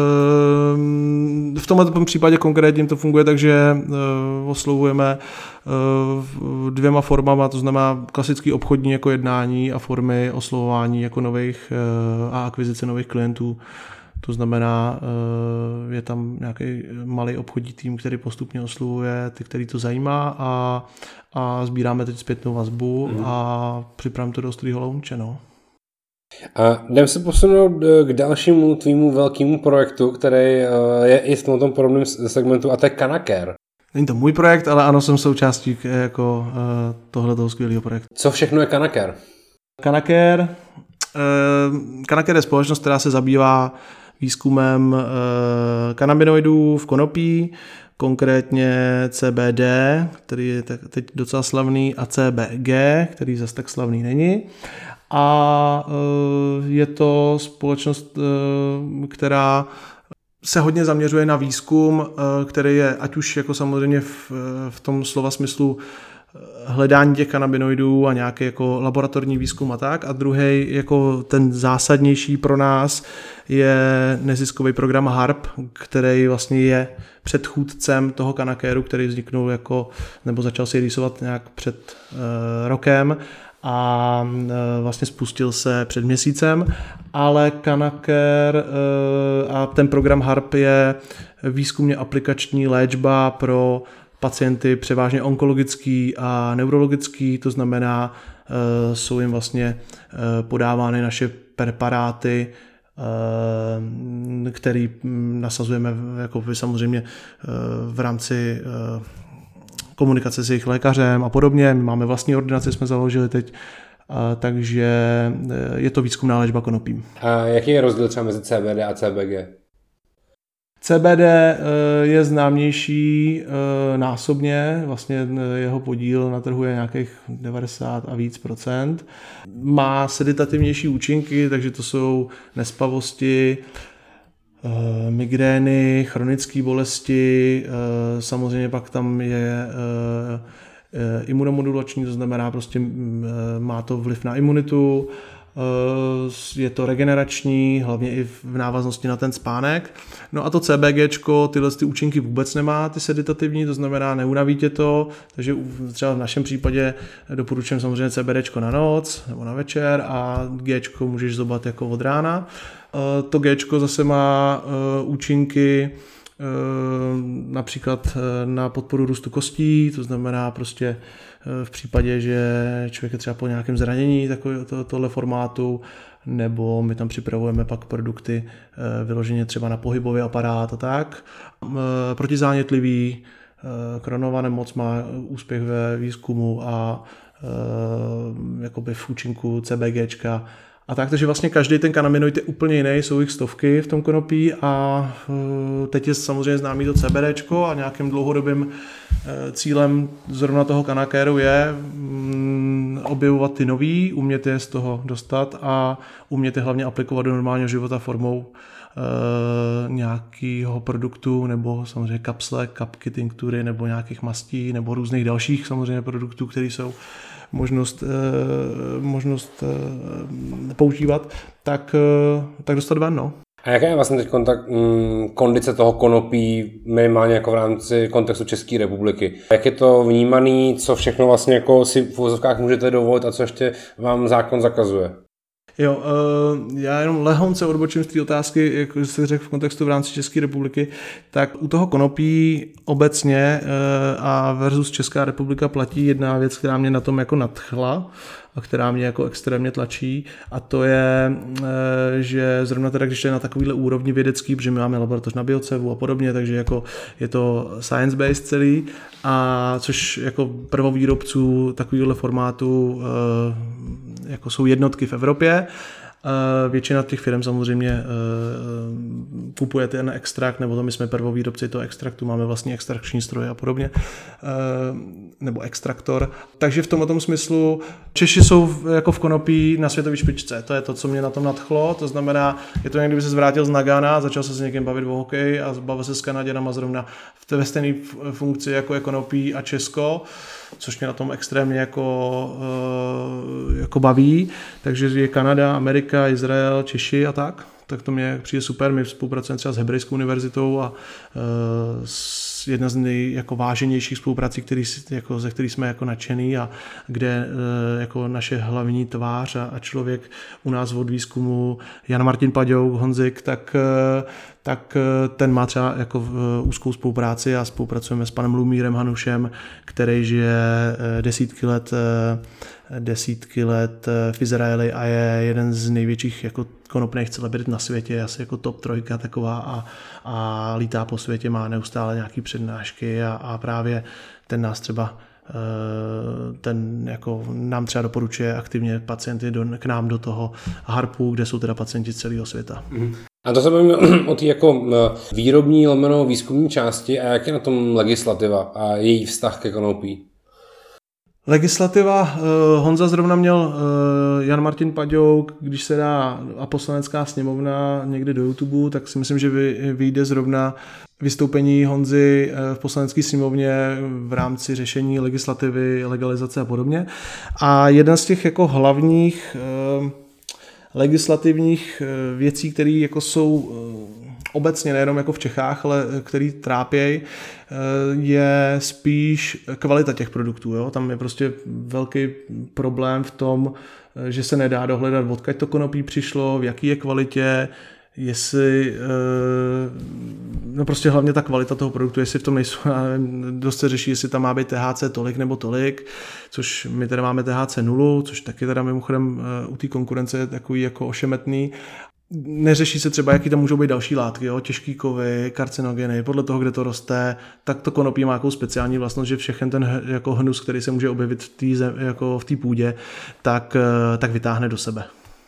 v tomhle případě konkrétně to funguje tak, že oslovujeme dvěma formama, to znamená klasický obchodní jako jednání a formy oslovování jako nových a akvizice nových klientů. To znamená, je tam nějaký malý obchodní tým, který postupně oslovuje ty, který to zajímá a sbíráme teď zpětnou vazbu a připravím to do ostrýho launche. No. A jdeme se posunout k dalšímu tvýmu velkému projektu, který je i v tom podobném segmentu, a to je Kanacare. Není to můj projekt, ale ano, jsem součástí jako tohletoho skvělého projektu. Co všechno je Kanacare? Kanacare je společnost, která se zabývá výzkumem kanabinoidů v konopí, konkrétně CBD, který je teď docela slavný, a CBG, který zase tak slavný není. A je to společnost, která se hodně zaměřuje na výzkum, který je ať už jako samozřejmě v tom slova smyslu hledání těch kanabinoidů a nějaký jako laboratorní výzkum a tak. A druhý jako ten zásadnější pro nás je neziskový program HARP, který vlastně je předchůdcem toho Kanacareu, který vzniknul jako, nebo začal se rýsovat nějak před rokem a vlastně spustil se před měsícem, ale Kanacare a ten program HARP je výzkumně aplikační léčba pro pacienty převážně onkologický a neurologický, to znamená, jsou jim vlastně podávány naše preparáty, který nasazujeme jako samozřejmě v rámci komunikace s jejich lékařem a podobně. My máme vlastní ordinaci, jsme založili teď, takže je to výzkumná léčba konopím. A jaký je rozdíl třeba mezi CBD a CBG? CBD je známější násobně, vlastně jeho podíl na trhu je nějakých 90 a víc procent. Má seditativnější účinky, takže to jsou nespavosti, migrény, chronické bolesti, samozřejmě pak tam je imunomodulační, to znamená prostě má to vliv na imunitu, je to regenerační, hlavně i v návaznosti na ten spánek. No a to CBGčko tyhle ty účinky vůbec nemá, ty seditativní, to znamená neunaví tě to, takže třeba v našem případě doporučujeme samozřejmě CBDčko na noc nebo na večer a Gčko můžeš zobat jako od rána. To Gčko zase má účinky například na podporu růstu kostí, to znamená prostě v případě, že člověk je třeba po nějakém zranění tohle formátu, nebo my tam připravujeme pak produkty vyloženě třeba na pohybový aparát a tak. Protizánětlivý, Crohnova nemoc má úspěch ve výzkumu a jakoby v účinku CBGčka. A tak, takže vlastně každý ten kanabinoid je úplně jiný, jsou jich stovky v tom konopí a teď je samozřejmě známý to CBDčko a nějakým dlouhodobým cílem zrovna toho Canacaru je objevovat ty nový, umět je z toho dostat a umět je hlavně aplikovat do normálního života formou nějakého produktu nebo samozřejmě kapsle, kapky, tinktury nebo nějakých mastí nebo různých dalších samozřejmě produktů, které jsou možnost používat, tak dostat ven, no. A jaká je vlastně teď kondice toho konopí minimálně jako v rámci kontextu České republiky? Jak je to vnímaný, co všechno vlastně jako si v uvozovkách můžete dovolit a co ještě vám zákon zakazuje? Jo, já jenom lehonce odbočím z té otázky, jak jste řekl v kontextu v rámci České republiky, tak u toho konopí obecně a versus Česká republika platí jedna věc, která mě na tom jako nadchla a která mě jako extrémně tlačí, a to je, že zrovna teda, když je na takovýhle úrovni vědecký, protože my máme laboratoř na biocevu a podobně, takže jako je to science-based celý, a což jako prvovýrobců takovýhle formátu jako jsou jednotky v Evropě. Většina těch firm samozřejmě kupuje ten extrakt, nebo to my jsme prvovýrobci toho extraktu, máme vlastní extrakční stroje a podobně, nebo extraktor. Takže v tomto smyslu Češi jsou jako v konopí na světové špičce. To je to, co mě na tom nadchlo. To znamená, je to, jak kdyby se zvrátil z Nagana, začal se s někým bavit o hokeji a bavil se s Kanaděnama zrovna ve stejné funkci, jako je konopí a Česko, což mě na tom extrémně jako baví. Takže je Kanada, Amerika, Izrael, Češi a tak to mě přijde super. My spolupracujeme třeba s Hebrejskou univerzitou a jedna z nejváženějších spoluprací, ze kterých jsme jako nadšený a kde jako naše hlavní tvář a člověk u nás od výzkumu Jan Martin Paďouk, Honzik, tak ten má třeba jako úzkou spolupráci a spolupracujeme s panem Lumírem Hanušem, který žije desítky let v Izraeli a je jeden z největších jako konopných celebrit na světě, asi jako top 3 taková a lítá po světě, má neustále nějaký přednášky a právě ten nás třeba ten jako nám třeba doporučuje aktivně pacienty k nám do toho HARPu, kde jsou teda pacienti z celého světa. A to se bavíme o té jako výrobní lomeno výzkumní části, a jak je na tom legislativa a její vztah ke konopí? Legislativa, Honza zrovna měl Jan Martin Paďouk, když se dá a Poslanecká sněmovna někde do YouTube, tak si myslím, že vyjde zrovna vystoupení Honzy v Poslanecké sněmovně v rámci řešení legislativy, legalizace a podobně. A jedna z těch jako hlavních legislativních věcí, které jako jsou obecně, nejenom jako v Čechách, ale který trápějí, je spíš kvalita těch produktů. Jo? Tam je prostě velký problém v tom, že se nedá dohledat, odkud to konopí přišlo, v jaký je kvalitě, jestli, no prostě hlavně ta kvalita toho produktu, jestli v tom nejsou, dost se řeší, jestli tam má být THC tolik nebo tolik, což my teda máme THC 0, což taky teda mimochodem u té konkurence je takový jako ošemetný. Neřeší se třeba, jaký tam můžou být další látky, jo? Těžký kovy, karcinogeny, podle toho, kde to roste, tak to konopí má nějakou speciální vlastnost, že všechen ten jako hnus, který se může objevit v té půdě, tak vytáhne do sebe.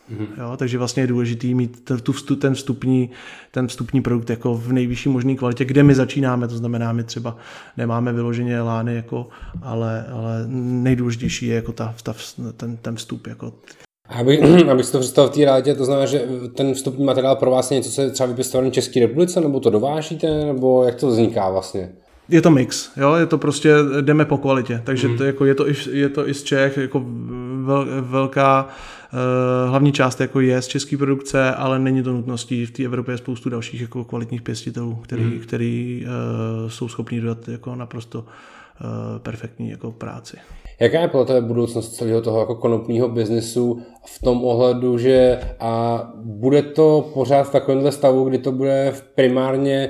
Jo, takže vlastně je důležitý mít ten vstupní produkt jako v nejvyšší možné kvalitě, kde my začínáme, to znamená, my třeba nemáme vyloženě lány, jako, ale nejdůležitější je jako ten vstup. Jako. Abych si to představil v té realitě, to znamená, že ten vstupní materiál pro vás je něco, co je třeba vypěstované v České republice, nebo to dovážíte, nebo jak to vzniká vlastně? Je to mix, jo, je to prostě, jdeme po kvalitě, takže to, jako je to i z Čech, jako velká hlavní část jako je z české produkce, ale není to nutností, v té Evropě je spoustu dalších jako kvalitních pěstitelů, který jsou schopni dodat jako naprosto perfektní jako práci. Jaká je podle tebe budoucnost celého toho jako konopného biznesu v tom ohledu, že bude to pořád v takovémhle stavu, kdy to bude primárně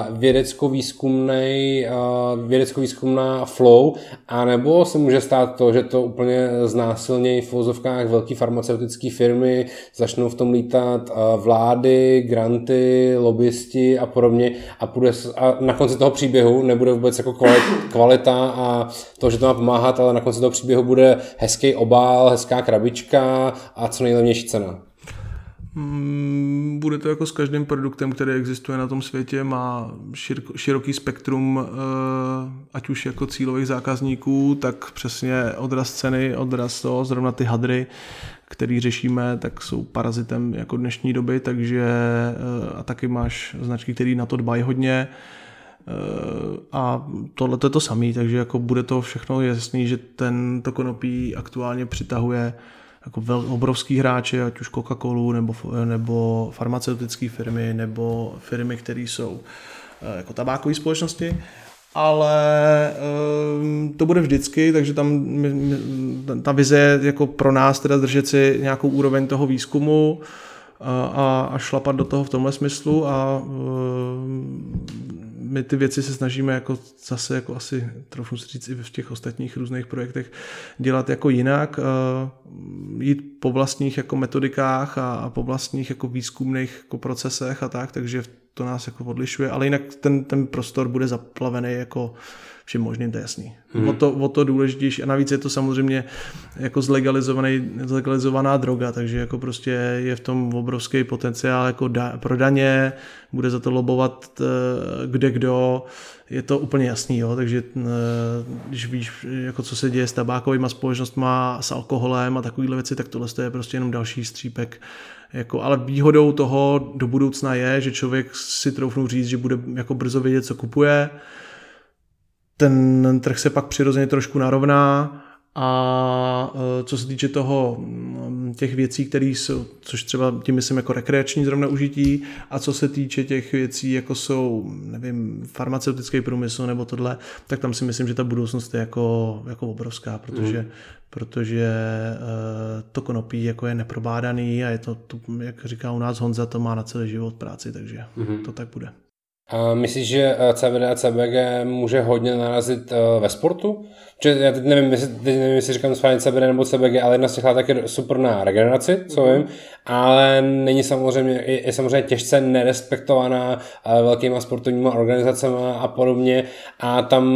vědecko-výzkumná flow, anebo se může stát to, že to úplně znásilnějí v uvozovkách velký farmaceutické firmy, začnou v tom lítat vlády, granty, lobbysti a podobně a na konci toho příběhu nebude vůbec jako kvalita a to, že to má pomáhat, ale na konci toho příběhu bude hezký obal, hezká krabička a co nejlevnější cena. Bude to jako s každým produktem, který existuje na tom světě, má široký spektrum, ať už jako cílových zákazníků, tak přesně odraz ceny, odraz toho, zrovna ty hadry, který řešíme, tak jsou parazitem jako dnešní doby, takže a taky máš značky, které na to dbají hodně. A tohle je to samé, takže jako bude to všechno jasný, že to konopí aktuálně přitahuje jako obrovský hráče, ať už Coca-Colu nebo farmaceutické firmy nebo firmy, které jsou jako tabákové společnosti, ale to bude vždycky, takže tam ta vize je jako pro nás teda držet si nějakou úroveň toho výzkumu a šlapat do toho v tomhle smyslu a my ty věci se snažíme jako zase jako asi trochu říct i v těch ostatních různých projektech dělat jako jinak, jít po vlastních jako metodikách a po vlastních jako výzkumných jako procesech a tak, takže to nás jako odlišuje, ale jinak ten prostor bude zaplavený jako všem možným, to je jasný. O to důležitější a navíc je to samozřejmě jako zlegalizovaná droga, takže jako prostě je v tom obrovský potenciál jako pro daně, bude za to lobovat kde kdo, je to úplně jasný, jo? Takže když víš, jako co se děje s tabákovými společnostmi, s alkoholem a takovýhle věci, tak tohle je prostě jenom další střípek. Jako, ale výhodou toho do budoucna je, že člověk si troufnu říct, že bude jako brzo vědět, co kupuje. Ten trh se pak přirozeně trošku narovná a co se týče těch věcí, které jsou, což třeba tím myslím jako rekreační zrovna užití, a co se týče těch věcí, jako jsou, nevím, farmaceutický průmysl nebo tohle, tak tam si myslím, že ta budoucnost je jako obrovská, protože to konopí jako je neprobádaný a je to, jak říká u nás Honza, to má na celý život práci, takže to tak bude. A myslíš, že CBD a CBG může hodně narazit ve sportu? Protože já teď nevím, jestli říkám správně CBD nebo CBG, ale jedna z těch látek je super na regeneraci, co vím, ale je samozřejmě těžce nerespektovaná velkýma sportovníma organizacemi a podobně a tam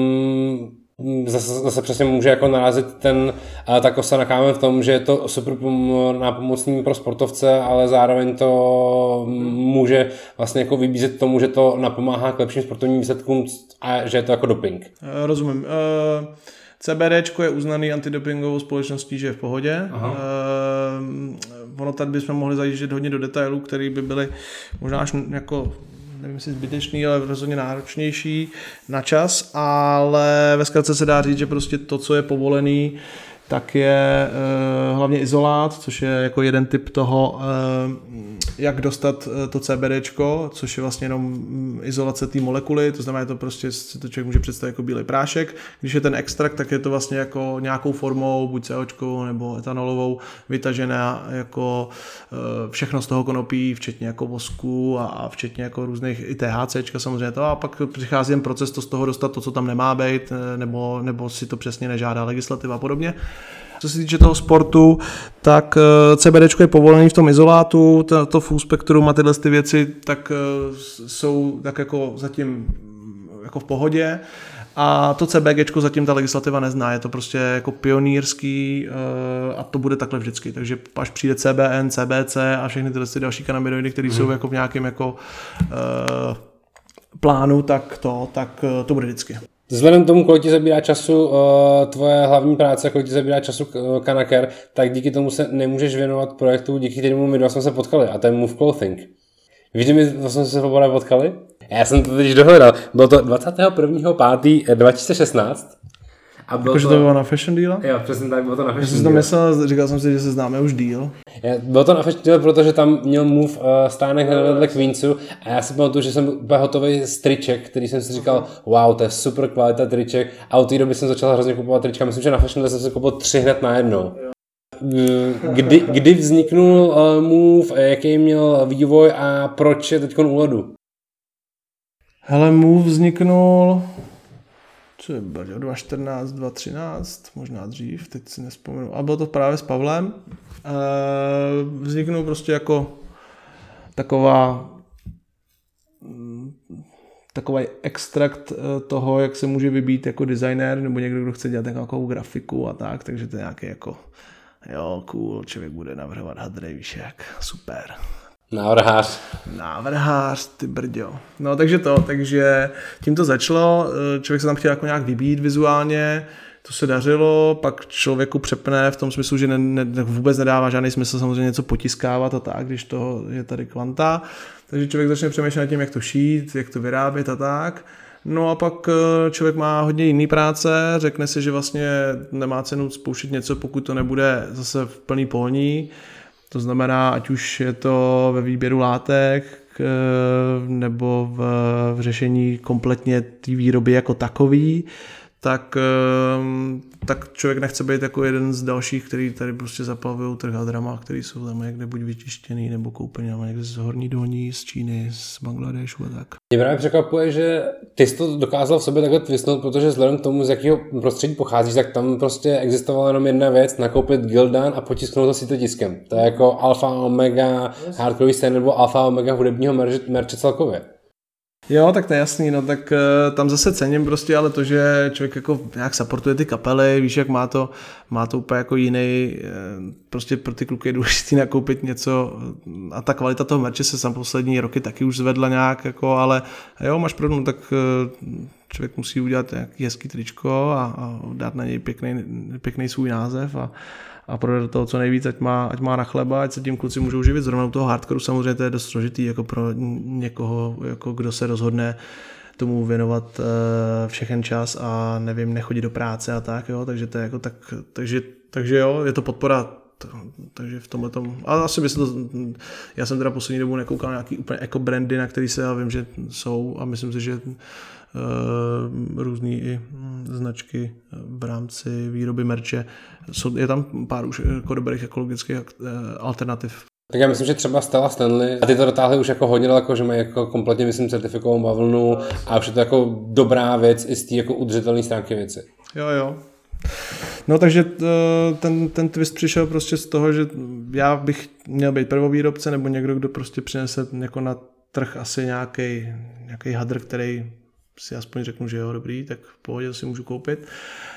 zase přesně může jako narazit ta kosa na kámen v tom, že je to super nápomocný pro sportovce, ale zároveň to může vlastně jako vybízet tomu, že to napomáhá k lepším sportovním výsledkům a že je to jako doping. Rozumím. CBDčko je uznaný antidopingovou společností, že je v pohodě. Ono tady bychom mohli zajíždět hodně do detailů, které by byly možná až jako nevím, jestli zbytečný, ale rozhodně náročnější na čas, ale ve zkratce se dá říct, že prostě to, co je povolený, tak je hlavně izolát, což je jako jeden typ toho, jak dostat to CBDčko, což je vlastně jenom izolace té molekuly, to znamená, že to prostě si to člověk může představit jako bílej prášek. Když je ten extrakt, tak je to vlastně jako nějakou formou, buď COčkou nebo etanolovou, vytažená jako všechno z toho konopí, včetně jako vosku a včetně jako různých i THCčka samozřejmě to, a pak přichází ten proces to z toho dostat to, co tam nemá být, nebo si to přesně nežádá legislativa a podobně. Co se týče toho sportu, tak CBDčko je povolený v tom izolátu, to full spektrum a tyhle ty věci tak jsou tak jako zatím jako v pohodě, A to CBGčko zatím ta legislativa nezná, je to prostě jako pionýrský a to bude takhle vždycky. Takže až přijde CBN, CBC a všechny tyhle další kanabinoidy, které jsou jako v nějakém jako plánu, tak to bude vždycky. Vzhledem k tomu, kolik ti zabírá času tvoje hlavní práce, kolik ti zabírá času Kanaker, tak díky tomu se nemůžeš věnovat projektu, díky kterému my dva jsme se potkali, a to je Move Clothing. Víš, kdy my jsme se poprvé potkali? Já jsem to teď dohledal. Bylo to 21.5.2016. Jakože to bylo na Fashion Deal? Jo, přesně tak, bylo to na Fashion Deal. Já jsem to myslel, říkal jsem si, že se známe už díl. Bylo to na Fashion Deal, protože tam měl Move stánek vedle Queensu a já si pamatuju, že jsem úplně hotový z triček, který jsem si říkal, wow, to je super kvalita triček, a od té doby jsem začal hrozně kupovat trička. Myslím, že na Fashion Deal jsem si koupil 3 hned najednou. Kdy vzniknul Move, jaký měl vývoj a proč je teď u ledu? Hele, Move vzniknul 2014, 2013, možná dřív, teď si nespomenu. A bylo to právě s Pavlem. Vzniknul prostě jako takový extrakt toho, jak se může vybít jako designér nebo někdo, kdo chce dělat nějakou grafiku a tak, takže to je nějaký jako jo, cool, člověk bude navrhovat hadry, víš jak, super. Návrhář, ty brďo. No takže tím to začalo, člověk se tam chtěl jako nějak vybít vizuálně, to se dařilo, pak člověku přepne v tom smyslu, že vůbec nedává žádný smysl samozřejmě něco potiskávat a tak, když to je tady kvanta, takže člověk začne přemýšlet nad tím, jak to šít, jak to vyrábět a tak. No a pak člověk má hodně jiný práce, řekne si, že vlastně nemá cenu spouštět něco, pokud to nebude zase v plný polní. To znamená, ať už je to ve výběru látek nebo v řešení kompletně té výroby jako takový, tak člověk nechce být jako jeden z dalších, který tady prostě zaplavují trh hadrama, který jsou tam někde buď vyčištěný nebo koupený někde z Horní Dolní, z Číny, z Bangladešu a tak. Mě právě překvapuje, že ty jsi to dokázal v sobě takhle twistnout, protože vzhledem k tomu, z jakého prostředí pocházíš, tak tam prostě existovala jenom jedna věc, nakoupit Gildan a potisknout to sitotiskem. To je jako alfa omega hardcore scény nebo alfa omega hudebního merče celkově. Jo, tak to je jasný, no tak tam zase cením prostě, ale to, že člověk jako nějak supportuje ty kapely, víš, jak má to úplně jako jiný, prostě pro ty kluky je důležitý nakoupit něco a ta kvalita toho merče se sam poslední roky taky už zvedla nějak, jako, ale jo, máš pravdu, tak člověk musí udělat nějaký hezký tričko a dát na něj pěkný svůj název a prodat do toho co nejvíc, ať má na chleba, ať se tím kluci můžou živit. Zrovna u toho hardcoreu samozřejmě to je dost složitý jako pro někoho, jako kdo se rozhodne tomu věnovat všechen čas a nevím, nechodit do práce a tak, jo, takže to je jako tak, takže jo, je to podpora, takže v tomhle tom, ale asi by se to, já jsem teda poslední dobu nekoukal nějaký úplně ekobrandy, na který se já vím, že jsou a myslím si, že různý i značky v rámci výroby merče. Je tam pár už jako dobrých ekologických alternativ. Tak já myslím, že třeba Stella Stanley a ty to dotáhli už jako hodně daleko, že mají jako kompletně, myslím, certifikovanou bavlnu a už je to jako dobrá věc i z té jako udržitelné stránky věci. Jo. No takže ten twist přišel prostě z toho, že já bych měl být prvovýrobce nebo někdo, kdo prostě přinese jako na trh asi nějaký hadr, který si aspoň řeknu, že jo, dobrý, tak v pohodě to si můžu koupit.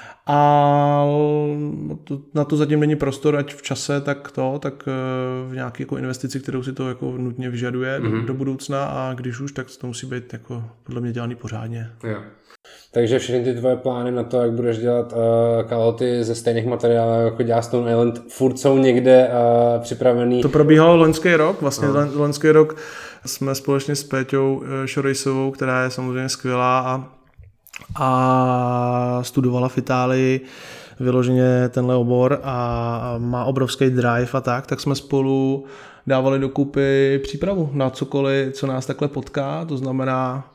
A na to zatím není prostor, ať v čase, tak v nějaké jako investici, kterou si to jako nutně vyžaduje do budoucna a když už, tak to musí být jako podle mě dělaný pořádně. Jo. Takže všechny ty tvoje plány na to, jak budeš dělat kalhoty ze stejných materiálů, jako dělá Stone Island, furt jsou někde připravený. To probíhalo loňský rok, vlastně loňský rok jsme společně s Péťou Šorejsovou, která je samozřejmě skvělá a studovala v Itálii vyloženě tenhle obor a má obrovský drive a tak jsme spolu dávali dokupy přípravu na cokoliv, co nás takhle potká, to znamená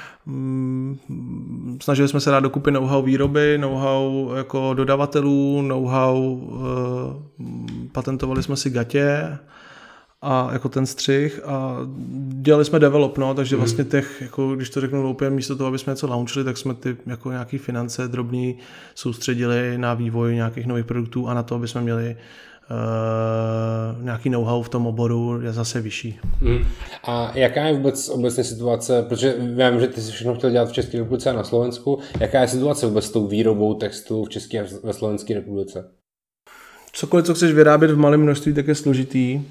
snažili jsme se dát dokupy know-how výroby, know-how jako dodavatelů, know-how patentovali jsme si gatě a jako ten střih a dělali jsme develop, no, takže vlastně těch, jako když to řeknu hloupě, místo toho, aby jsme něco launchili, tak jsme ty jako nějaký finance drobný soustředili na vývoj nějakých nových produktů a na to, aby jsme měli nějaký know-how v tom oboru je zase vyšší. A jaká je vůbec obecně situace, protože vím, že ty jsi všechno chtěl dělat v České republice a na Slovensku, jaká je situace vůbec s tou výrobou textu v České a ve Slovenské republice? Cokoliv, co chceš vyrábět v malém množství, tak je složitý.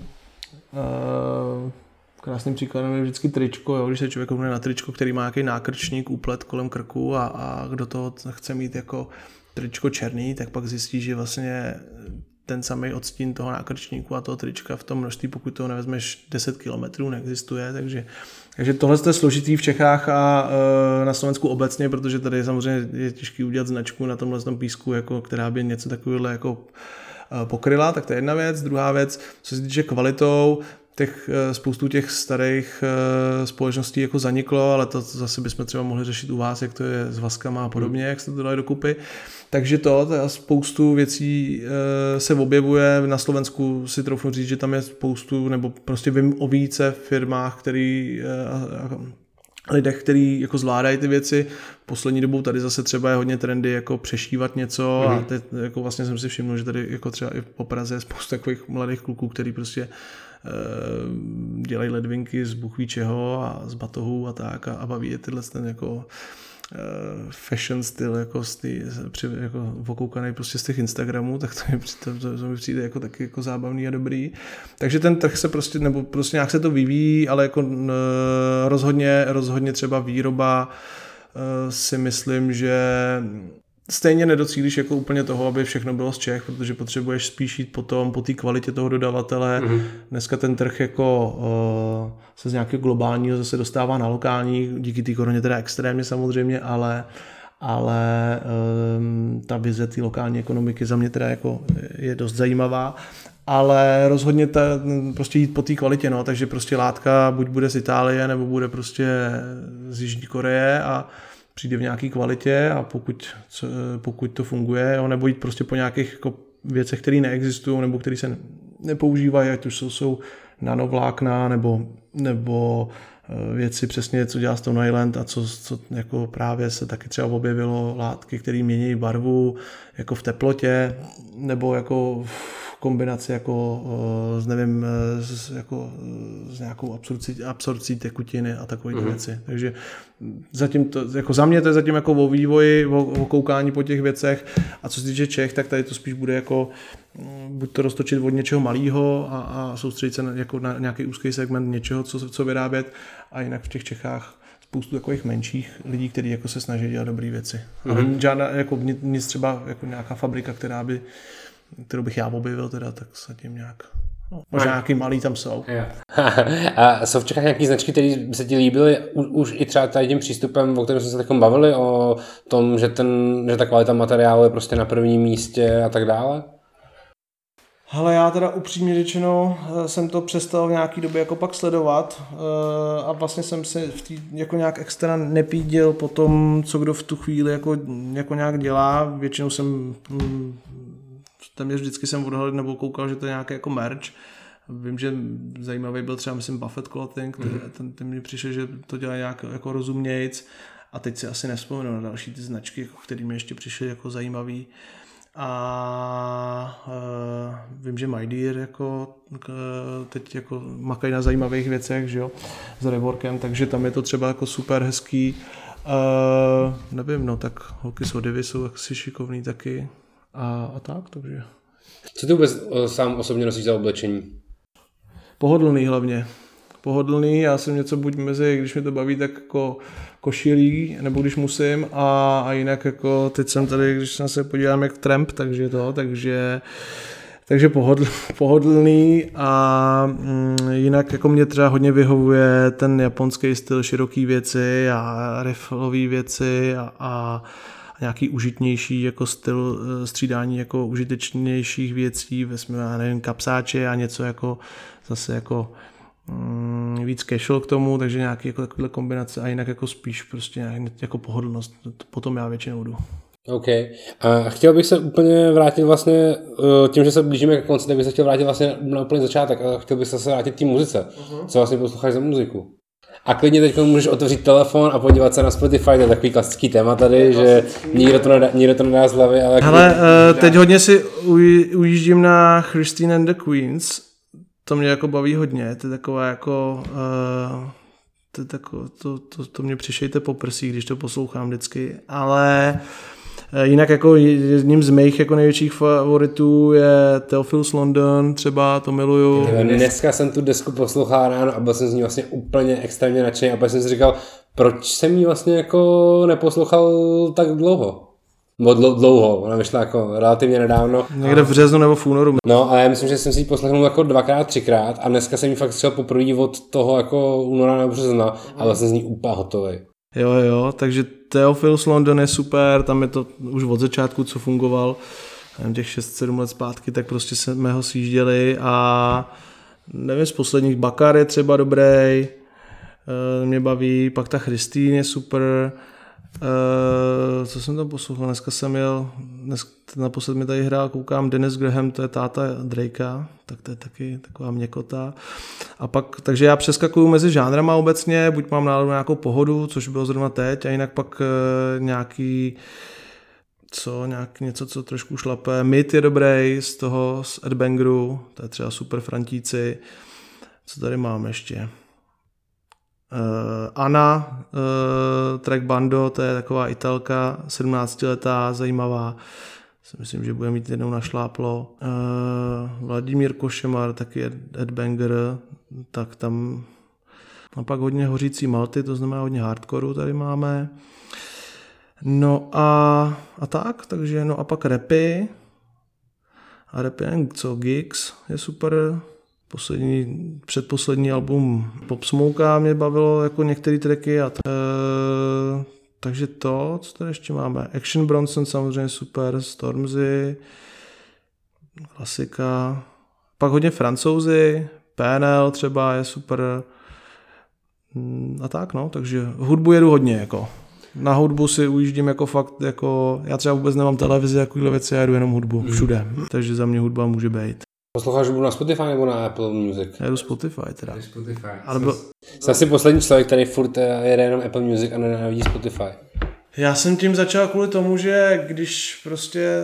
Krásným příkladem je vždycky tričko, jo? Když se člověk koukne na tričko, který má nějaký nákrčník, úplet kolem krku a kdo to chce mít jako tričko černý, tak pak zjistí, že vlastně ten samý odstín toho nákrčníku a toho trička v tom množství, pokud toho nevezmeš 10 kilometrů, neexistuje, takže tohle je složitý v Čechách a na Slovensku obecně, protože tady samozřejmě je těžké udělat značku na tomhle písku, jako, která by něco takového jako pokryla, tak to je jedna věc. Druhá věc, co se týče kvalitou, spoustu těch starých společností jako zaniklo, ale to zase bychom třeba mohli řešit u vás, jak to je s vaskama a podobně, jak se to dali dokupy. Takže spoustu věcí se objevuje. Na Slovensku si troufnu říct, že tam je spoustu, nebo prostě vím o více firmách, lidech, kteří jako zvládají ty věci. Poslední dobou tady zase třeba je hodně trendy jako přešívat něco a teď jako vlastně jsem si všiml, že tady jako třeba i po Praze je spoustu takových mladých kluků, který prostě dělají ledvinky z bůh ví čeho a z batohů a tak a baví je tyhle ten jako fashion styl jako jako okoukaný prostě z těch Instagramů, tak to mi přijde jako taky jako zábavný a dobrý. Takže ten trh se prostě, nebo prostě nějak se to vyvíjí, ale jako rozhodně třeba výroba si myslím, že stejně nedocílíš jako úplně toho, aby všechno bylo z Čech, protože potřebuješ spíš jít po té kvalitě toho dodavatele. Dneska ten trh jako se z nějakého globálního zase dostává na lokální, díky té koroně teda extrémně samozřejmě, ale ta vize té lokální ekonomiky za mě teda jako je dost zajímavá. Ale rozhodně prostě jít po té kvalitě, no, takže prostě látka buď bude z Itálie, nebo bude prostě z Jižní Koreje a přijde v nějaké kvalitě a pokud to funguje, jo, nebo jít prostě po nějakých jako věcech, které neexistují nebo které se nepoužívají, ať už jsou nanovlákna nebo věci přesně, co dělá Stone Island a co jako právě se taky třeba objevilo látky, které mění barvu jako v teplotě nebo jako kombinaci jako s nějakou absorpcí tekutiny a takové věci. Takže zatím to, jako za mě to je zatím jako o vývoji, o koukání po těch věcech a co se týče Čech, tak tady to spíš bude jako buď to roztočit od něčeho malého a soustředit se na nějaký úzký segment něčeho, co vyrábět a jinak v těch Čechách spoustu takových menších lidí, kteří jako se snaží dělat dobré věci. Žádná, jako nic třeba jako nějaká fabrika, kterou bych já objevil, teda, tak zatím nějak. No, možná nějaký malý tam jsou. A jsou v Čechách nějaké značky, které se ti líbily už i třeba tím přístupem, o kterém jsme se teď bavili, o tom, že ta kvalita materiálu je prostě na prvním místě a tak dále? Hele, já teda upřímně řečeno jsem to přestal v nějaký době jako pak sledovat a vlastně jsem se jako nějak extra nepíděl po tom, co kdo v tu chvíli jako nějak dělá. Většinou jsem téměř vždycky jsem odhalil nebo koukal, že to je nějaký jako merch. Vím, že zajímavý byl třeba, myslím, Buffett Clothing, ten mi přišel, že to dělá nějak jako rozumějc a teď si asi nevzpomenu na další ty značky, které mi ještě přišly jako zajímavý. A vím, že My Dear jako teď jako makají na zajímavých věcech, že jo, s Reworkem, takže tam je to třeba jako super hezký. Nevím, no, tak holky z Odivy jsou asi šikovný taky. A tak, takže. Co ty vůbec sám osobně nosíš za oblečení? Pohodlný hlavně. Pohodlný, já jsem něco buď mezi, když mi to baví, tak jako košilí, nebo když musím a jinak jako teď jsem tady, když se podívám jak tramp, takže pohodlný a jinak jako mě třeba hodně vyhovuje ten japonský styl, široký věci a riflový věci a nějaký užitnější jako styl střídání jako užitečnějších věcí, já nevím, kapsáče a něco jako zase jako víc casual k tomu, takže nějaký jako takovýhle kombinace a jinak jako spíš prostě jako pohodlnost, potom já většinou jdu. OK. A chtěl bych se úplně vrátit vlastně, tím, že se blížíme k konci, tak bych se chtěl vrátit vlastně na úplný začátek a chtěl bych se vrátit k té muzice. Co vlastně posloucháš za muziku? A klidně teď můžeš otevřít telefon a podívat se na Spotify, to je takový klasický téma tady, že nikdo to nedá z hlavy, ale... Hele, teď hodně si ujíždím na Christine and the Queens, to mě jako baví hodně, to je taková jako... To mě přišejte po prsích, když to poslouchám vždycky, ale jinak jako jedním z mých jako největších favoritů je Theophilus London, třeba to miluju. Dneska jsem tu desku poslouchal ráno a byl jsem z ní vlastně úplně extrémně nadšený a pak jsem si říkal, proč jsem ji vlastně jako neposlouchal tak dlouho. Dlouho, ona vyšla jako relativně nedávno. Někde v březnu nebo v únoru. No, ale já myslím, že jsem si ji poslechnul jako 2x, 3x a dneska jsem ji fakt střel poprvé od toho jako února nebo března a vlastně z ní úplně hotový. Jo, takže Theophilus London je super, tam je to už od začátku, co fungoval, těch 6-7 let zpátky, tak prostě jsme ho sjížděli a nevím, z posledních Bakar je třeba dobrý, mě baví, pak ta Christine je super. Co jsem tam poslouchal, dneska jsem jel, naposled mi tady hrál, koukám, Dennis Graham, to je táta Drakea, tak to je taky taková měkota. A pak, takže já přeskakuju mezi žánrama obecně, buď mám náladu na nějakou pohodu, což bylo zrovna teď, a jinak pak něco, co trošku šlape. Myth je dobrý z Ed Bangeru, to je třeba super Frantíci. Co tady mám ještě? Anna, track Bando, to je taková Italka, 17letá, zajímavá. Myslím, že bude mít jednou našláplo. Vladimír Košemar, taky Ed Banger, tak tam a pak hodně hořící Malty, to znamená hodně hardcoreu tady máme. No a tak, takže no a pak rapy. A rapy, co Gigs je super. Předposlední album Pop Smoke mě bavilo jako některé tracky takže to, co tady ještě máme, Action Bronson samozřejmě super, Stormzy, klasika, pak hodně Francouzi, PNL třeba je super a tak no, takže hudbu jedu hodně jako. Na hudbu si ujíždím jako fakt, jako já třeba vůbec nemám televizi, takovýhle věci, já jedu jenom hudbu všude, takže za mě hudba může být. Posloucháš hudbu na Spotify nebo na Apple Music? Já jdu Spotify teda. Jsem asi poslední člověk, který furt jede jenom Apple Music a nenávidí Spotify. Já jsem tím začal kvůli tomu, že když prostě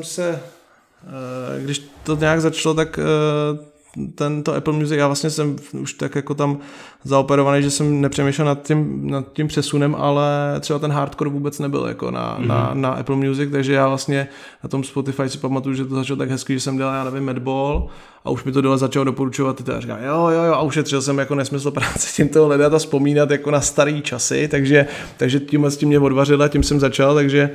když to nějak začalo, tak tento Apple Music, já vlastně jsem už tak jako tam zaoperovaný, že jsem nepřemýšlel nad tím přesunem, ale třeba ten hardcore vůbec nebyl jako na Apple Music, takže já vlastně na tom Spotify si pamatuju, že to začalo tak hezky, že jsem dělal, já nevím, Madball a už mi to dole začalo doporučovat, ty říkám, jo, a ušetřil jsem jako nesmysl práce tím to hledat a vzpomínat jako na starý časy, takže tímhle s tím mě odvařila, tím jsem začal, takže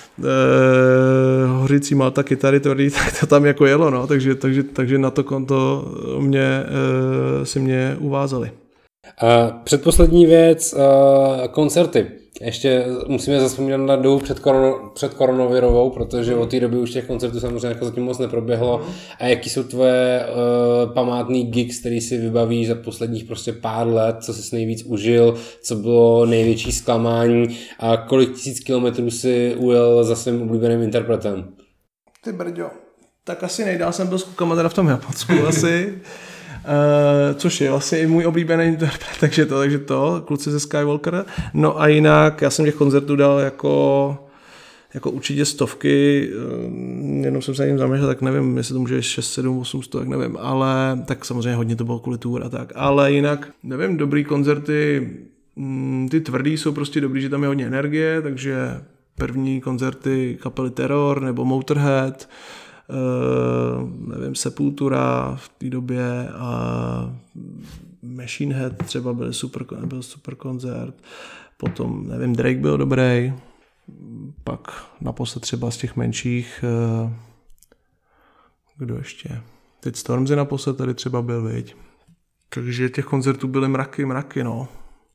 hořící Malta, kytary tvrdý, tak to tam jako jelo, no, takže na to konto si mě uvázali. Předposlední věc, koncerty. Ještě musíme zazpomínat na dobu před koronavirovou, protože od té doby už těch koncertů samozřejmě jako zatím moc neproběhlo. A jaký jsou tvoje památný gigs, který si vybavíš za posledních prostě pár let, co jsi nejvíc užil, co bylo největší zklamání a kolik tisíc kilometrů si ujel za svým oblíbeným interpretem? Ty brďo, tak asi nejdál jsem byl s klukama teda v tom Japonsku asi. Což je vlastně i můj oblíbený interpret, takže to, kluci ze Skywalker. No a jinak, já jsem těch koncertů dal jako určitě stovky, jenom jsem se na ním zamýšlel, tak nevím, jestli to může 6, 7, 8 stovek, nevím, ale tak samozřejmě hodně to bylo kvůli tour a tak, ale jinak, nevím, dobrý koncerty, ty tvrdý jsou prostě dobrý, že tam je hodně energie, takže první koncerty kapely Terror nebo Motorhead, nevím, Sepultura v té době a Machine Head třeba byl super koncert, potom, nevím, Drake byl dobrý, pak naposled třeba z těch menších, kdo ještě, teď Stormzy naposled tady třeba byl, viď. Takže těch koncertů byly mraky, no.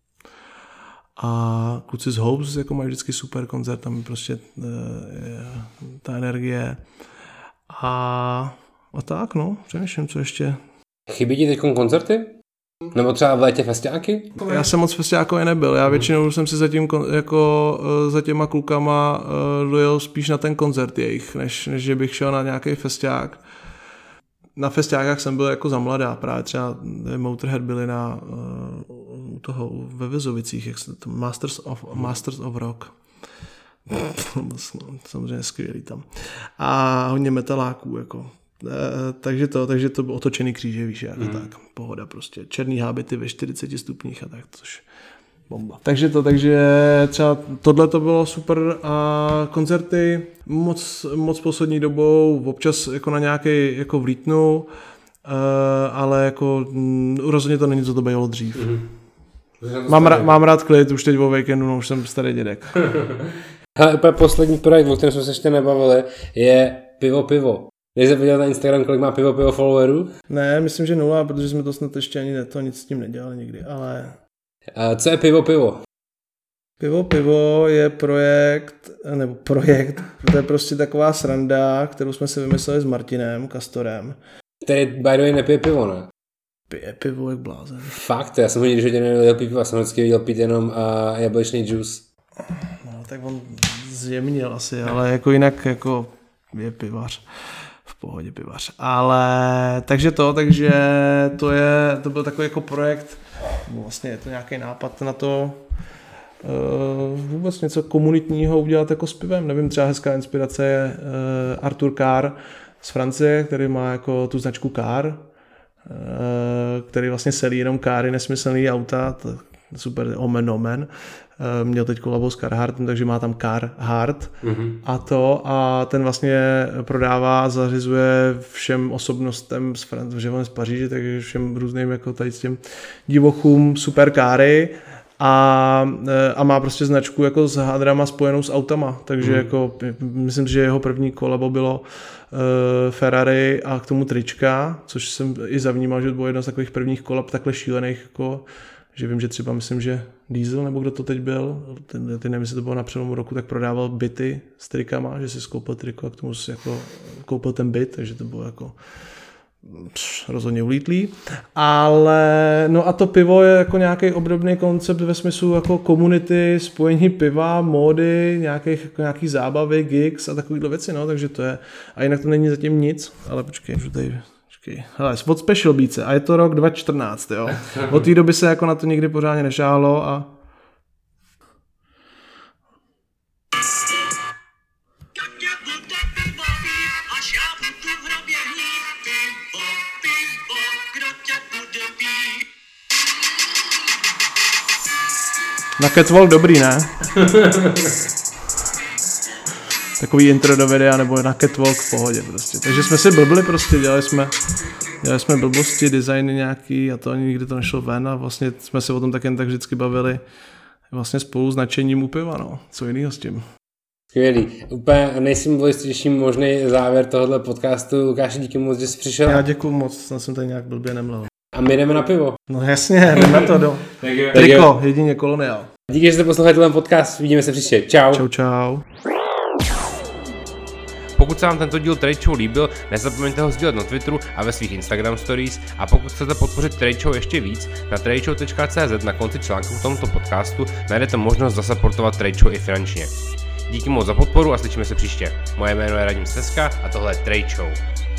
A kluci z Hopes jako mají vždycky super koncert, tam je prostě ta energie. A tak, no, přemýšlím, co ještě. Chybí ti teď koncerty? Nebo třeba v létě festiáky? Já jsem moc festiákově nebyl, já většinou jsem si za těma klukama dojel spíš na ten koncert jejich, než že bych šel na nějaký festiák. na festiákách jsem byl jako za mladá, právě třeba Motorhead byli u toho ve Vezovicích, jak se to Masters of Rock. Samozřejmě skvělý tam. A hodně metaláků, jako. Takže to bylo otočený kříže, víš, jako tak, pohoda prostě. Černý hábity ve 40 stupních a tak, což bomba. Takže třeba tohle to bylo super a koncerty moc poslední dobou, občas jako na nějaký jako vlítnu, ale jako rozhodně to není, co to bývalo dřív. Mám rád klid, už teď o víkendu, no už jsem starý dědek. Hele, úplně poslední projekt, o kterém jsme se ještě nebavili, je Pivo. Když se podívat na Instagram, kolik má Pivo followerů? Ne, myslím, že 0, protože jsme to snad ještě ani nic s tím nedělali nikdy, ale... Co je Pivo? Pivo je projekt, to je prostě taková sranda, kterou jsme si vymysleli s Martinem Kastorem. Který by the way nepije pivo, ne? Pije pivo jak blázen. Fakt, já jsem ho nikdy že neviděl pít pivo, jsem vždycky viděl pít jenom jablečný džus. No, tak on zjemnil asi, ale jako jinak jako je pivař. V pohodě pivař. Ale takže to byl takový jako projekt, vlastně je to nějaký nápad na to vůbec něco komunitního udělat jako s pivem. Nevím, třeba hezká inspirace je Arthur Carr z Francie, který má jako tu značku Car, který vlastně selí jenom káry, nesmyslný auta, to super omen. Měl teď kolabo s Carharttem, takže má tam Carhart a ten vlastně prodává, zařizuje všem osobnostem z Paříže, takže všem různým jako tady s těm divochům super káry a má prostě značku jako s hádrama spojenou s autama, takže jako myslím, že jeho první kolabo bylo Ferrari a k tomu trička, což jsem i zavnímal, že to bylo jedno z takových prvních kolab takhle šílených, jako, že vím, že třeba myslím, že Diesel, nebo kdo to teď byl, nevím, jestli to bylo na přelomu roku, tak prodával byty s trikama, že si skoupil triko a k tomu si jako koupil ten byt, takže to bylo jako rozhodně ulítlý. Ale no a to pivo je jako nějaký obdobný koncept ve smyslu jako komunity, spojení piva, módy, nějaký zábavy, gigs a takovýhle věci, no, takže to je. A jinak to není zatím nic, ale počkej. Hele, od Special Beatse a je to rok 2014, jo. Od té doby se jako na to nikdy pořádně nešáhlo a na Catwalk dobrý, ne? Takový intro do videa, nebo na Catwalk v pohodě prostě. Takže jsme si blbli prostě, dělali jsme blbosti, designy nějaký a to ani nikdy to nešlo ven a vlastně jsme se o tom tak jen tak vždycky bavili vlastně spolu s nadšením u piva, no. Co jinýho s tím? Skvělý. Úplně nejsymbolističtější možný závěr tohohle podcastu. Lukáši, díky moc, že jsi přišel. Já děkuju moc, jsem tady nějak blbě nemlel. A my jdeme na pivo. No jasně, jdeme na to, do. Triko, jedině Koloniál. Díky, že jste poslouchali tenhle podcast, vidíme se příště. Čau. Čau. Pokud se vám tento díl Trade Show líbil, nezapomeňte ho sdílet na Twitteru a ve svých Instagram stories a pokud chcete podpořit Trade Show ještě víc, na tradeshow.cz na konci článku k tomuto podcastu najdete možnost zasupportovat Trade Show i finančně. Díky moc za podporu a slyšíme se příště. Moje jméno je Radim Steska a tohle je Trade Show.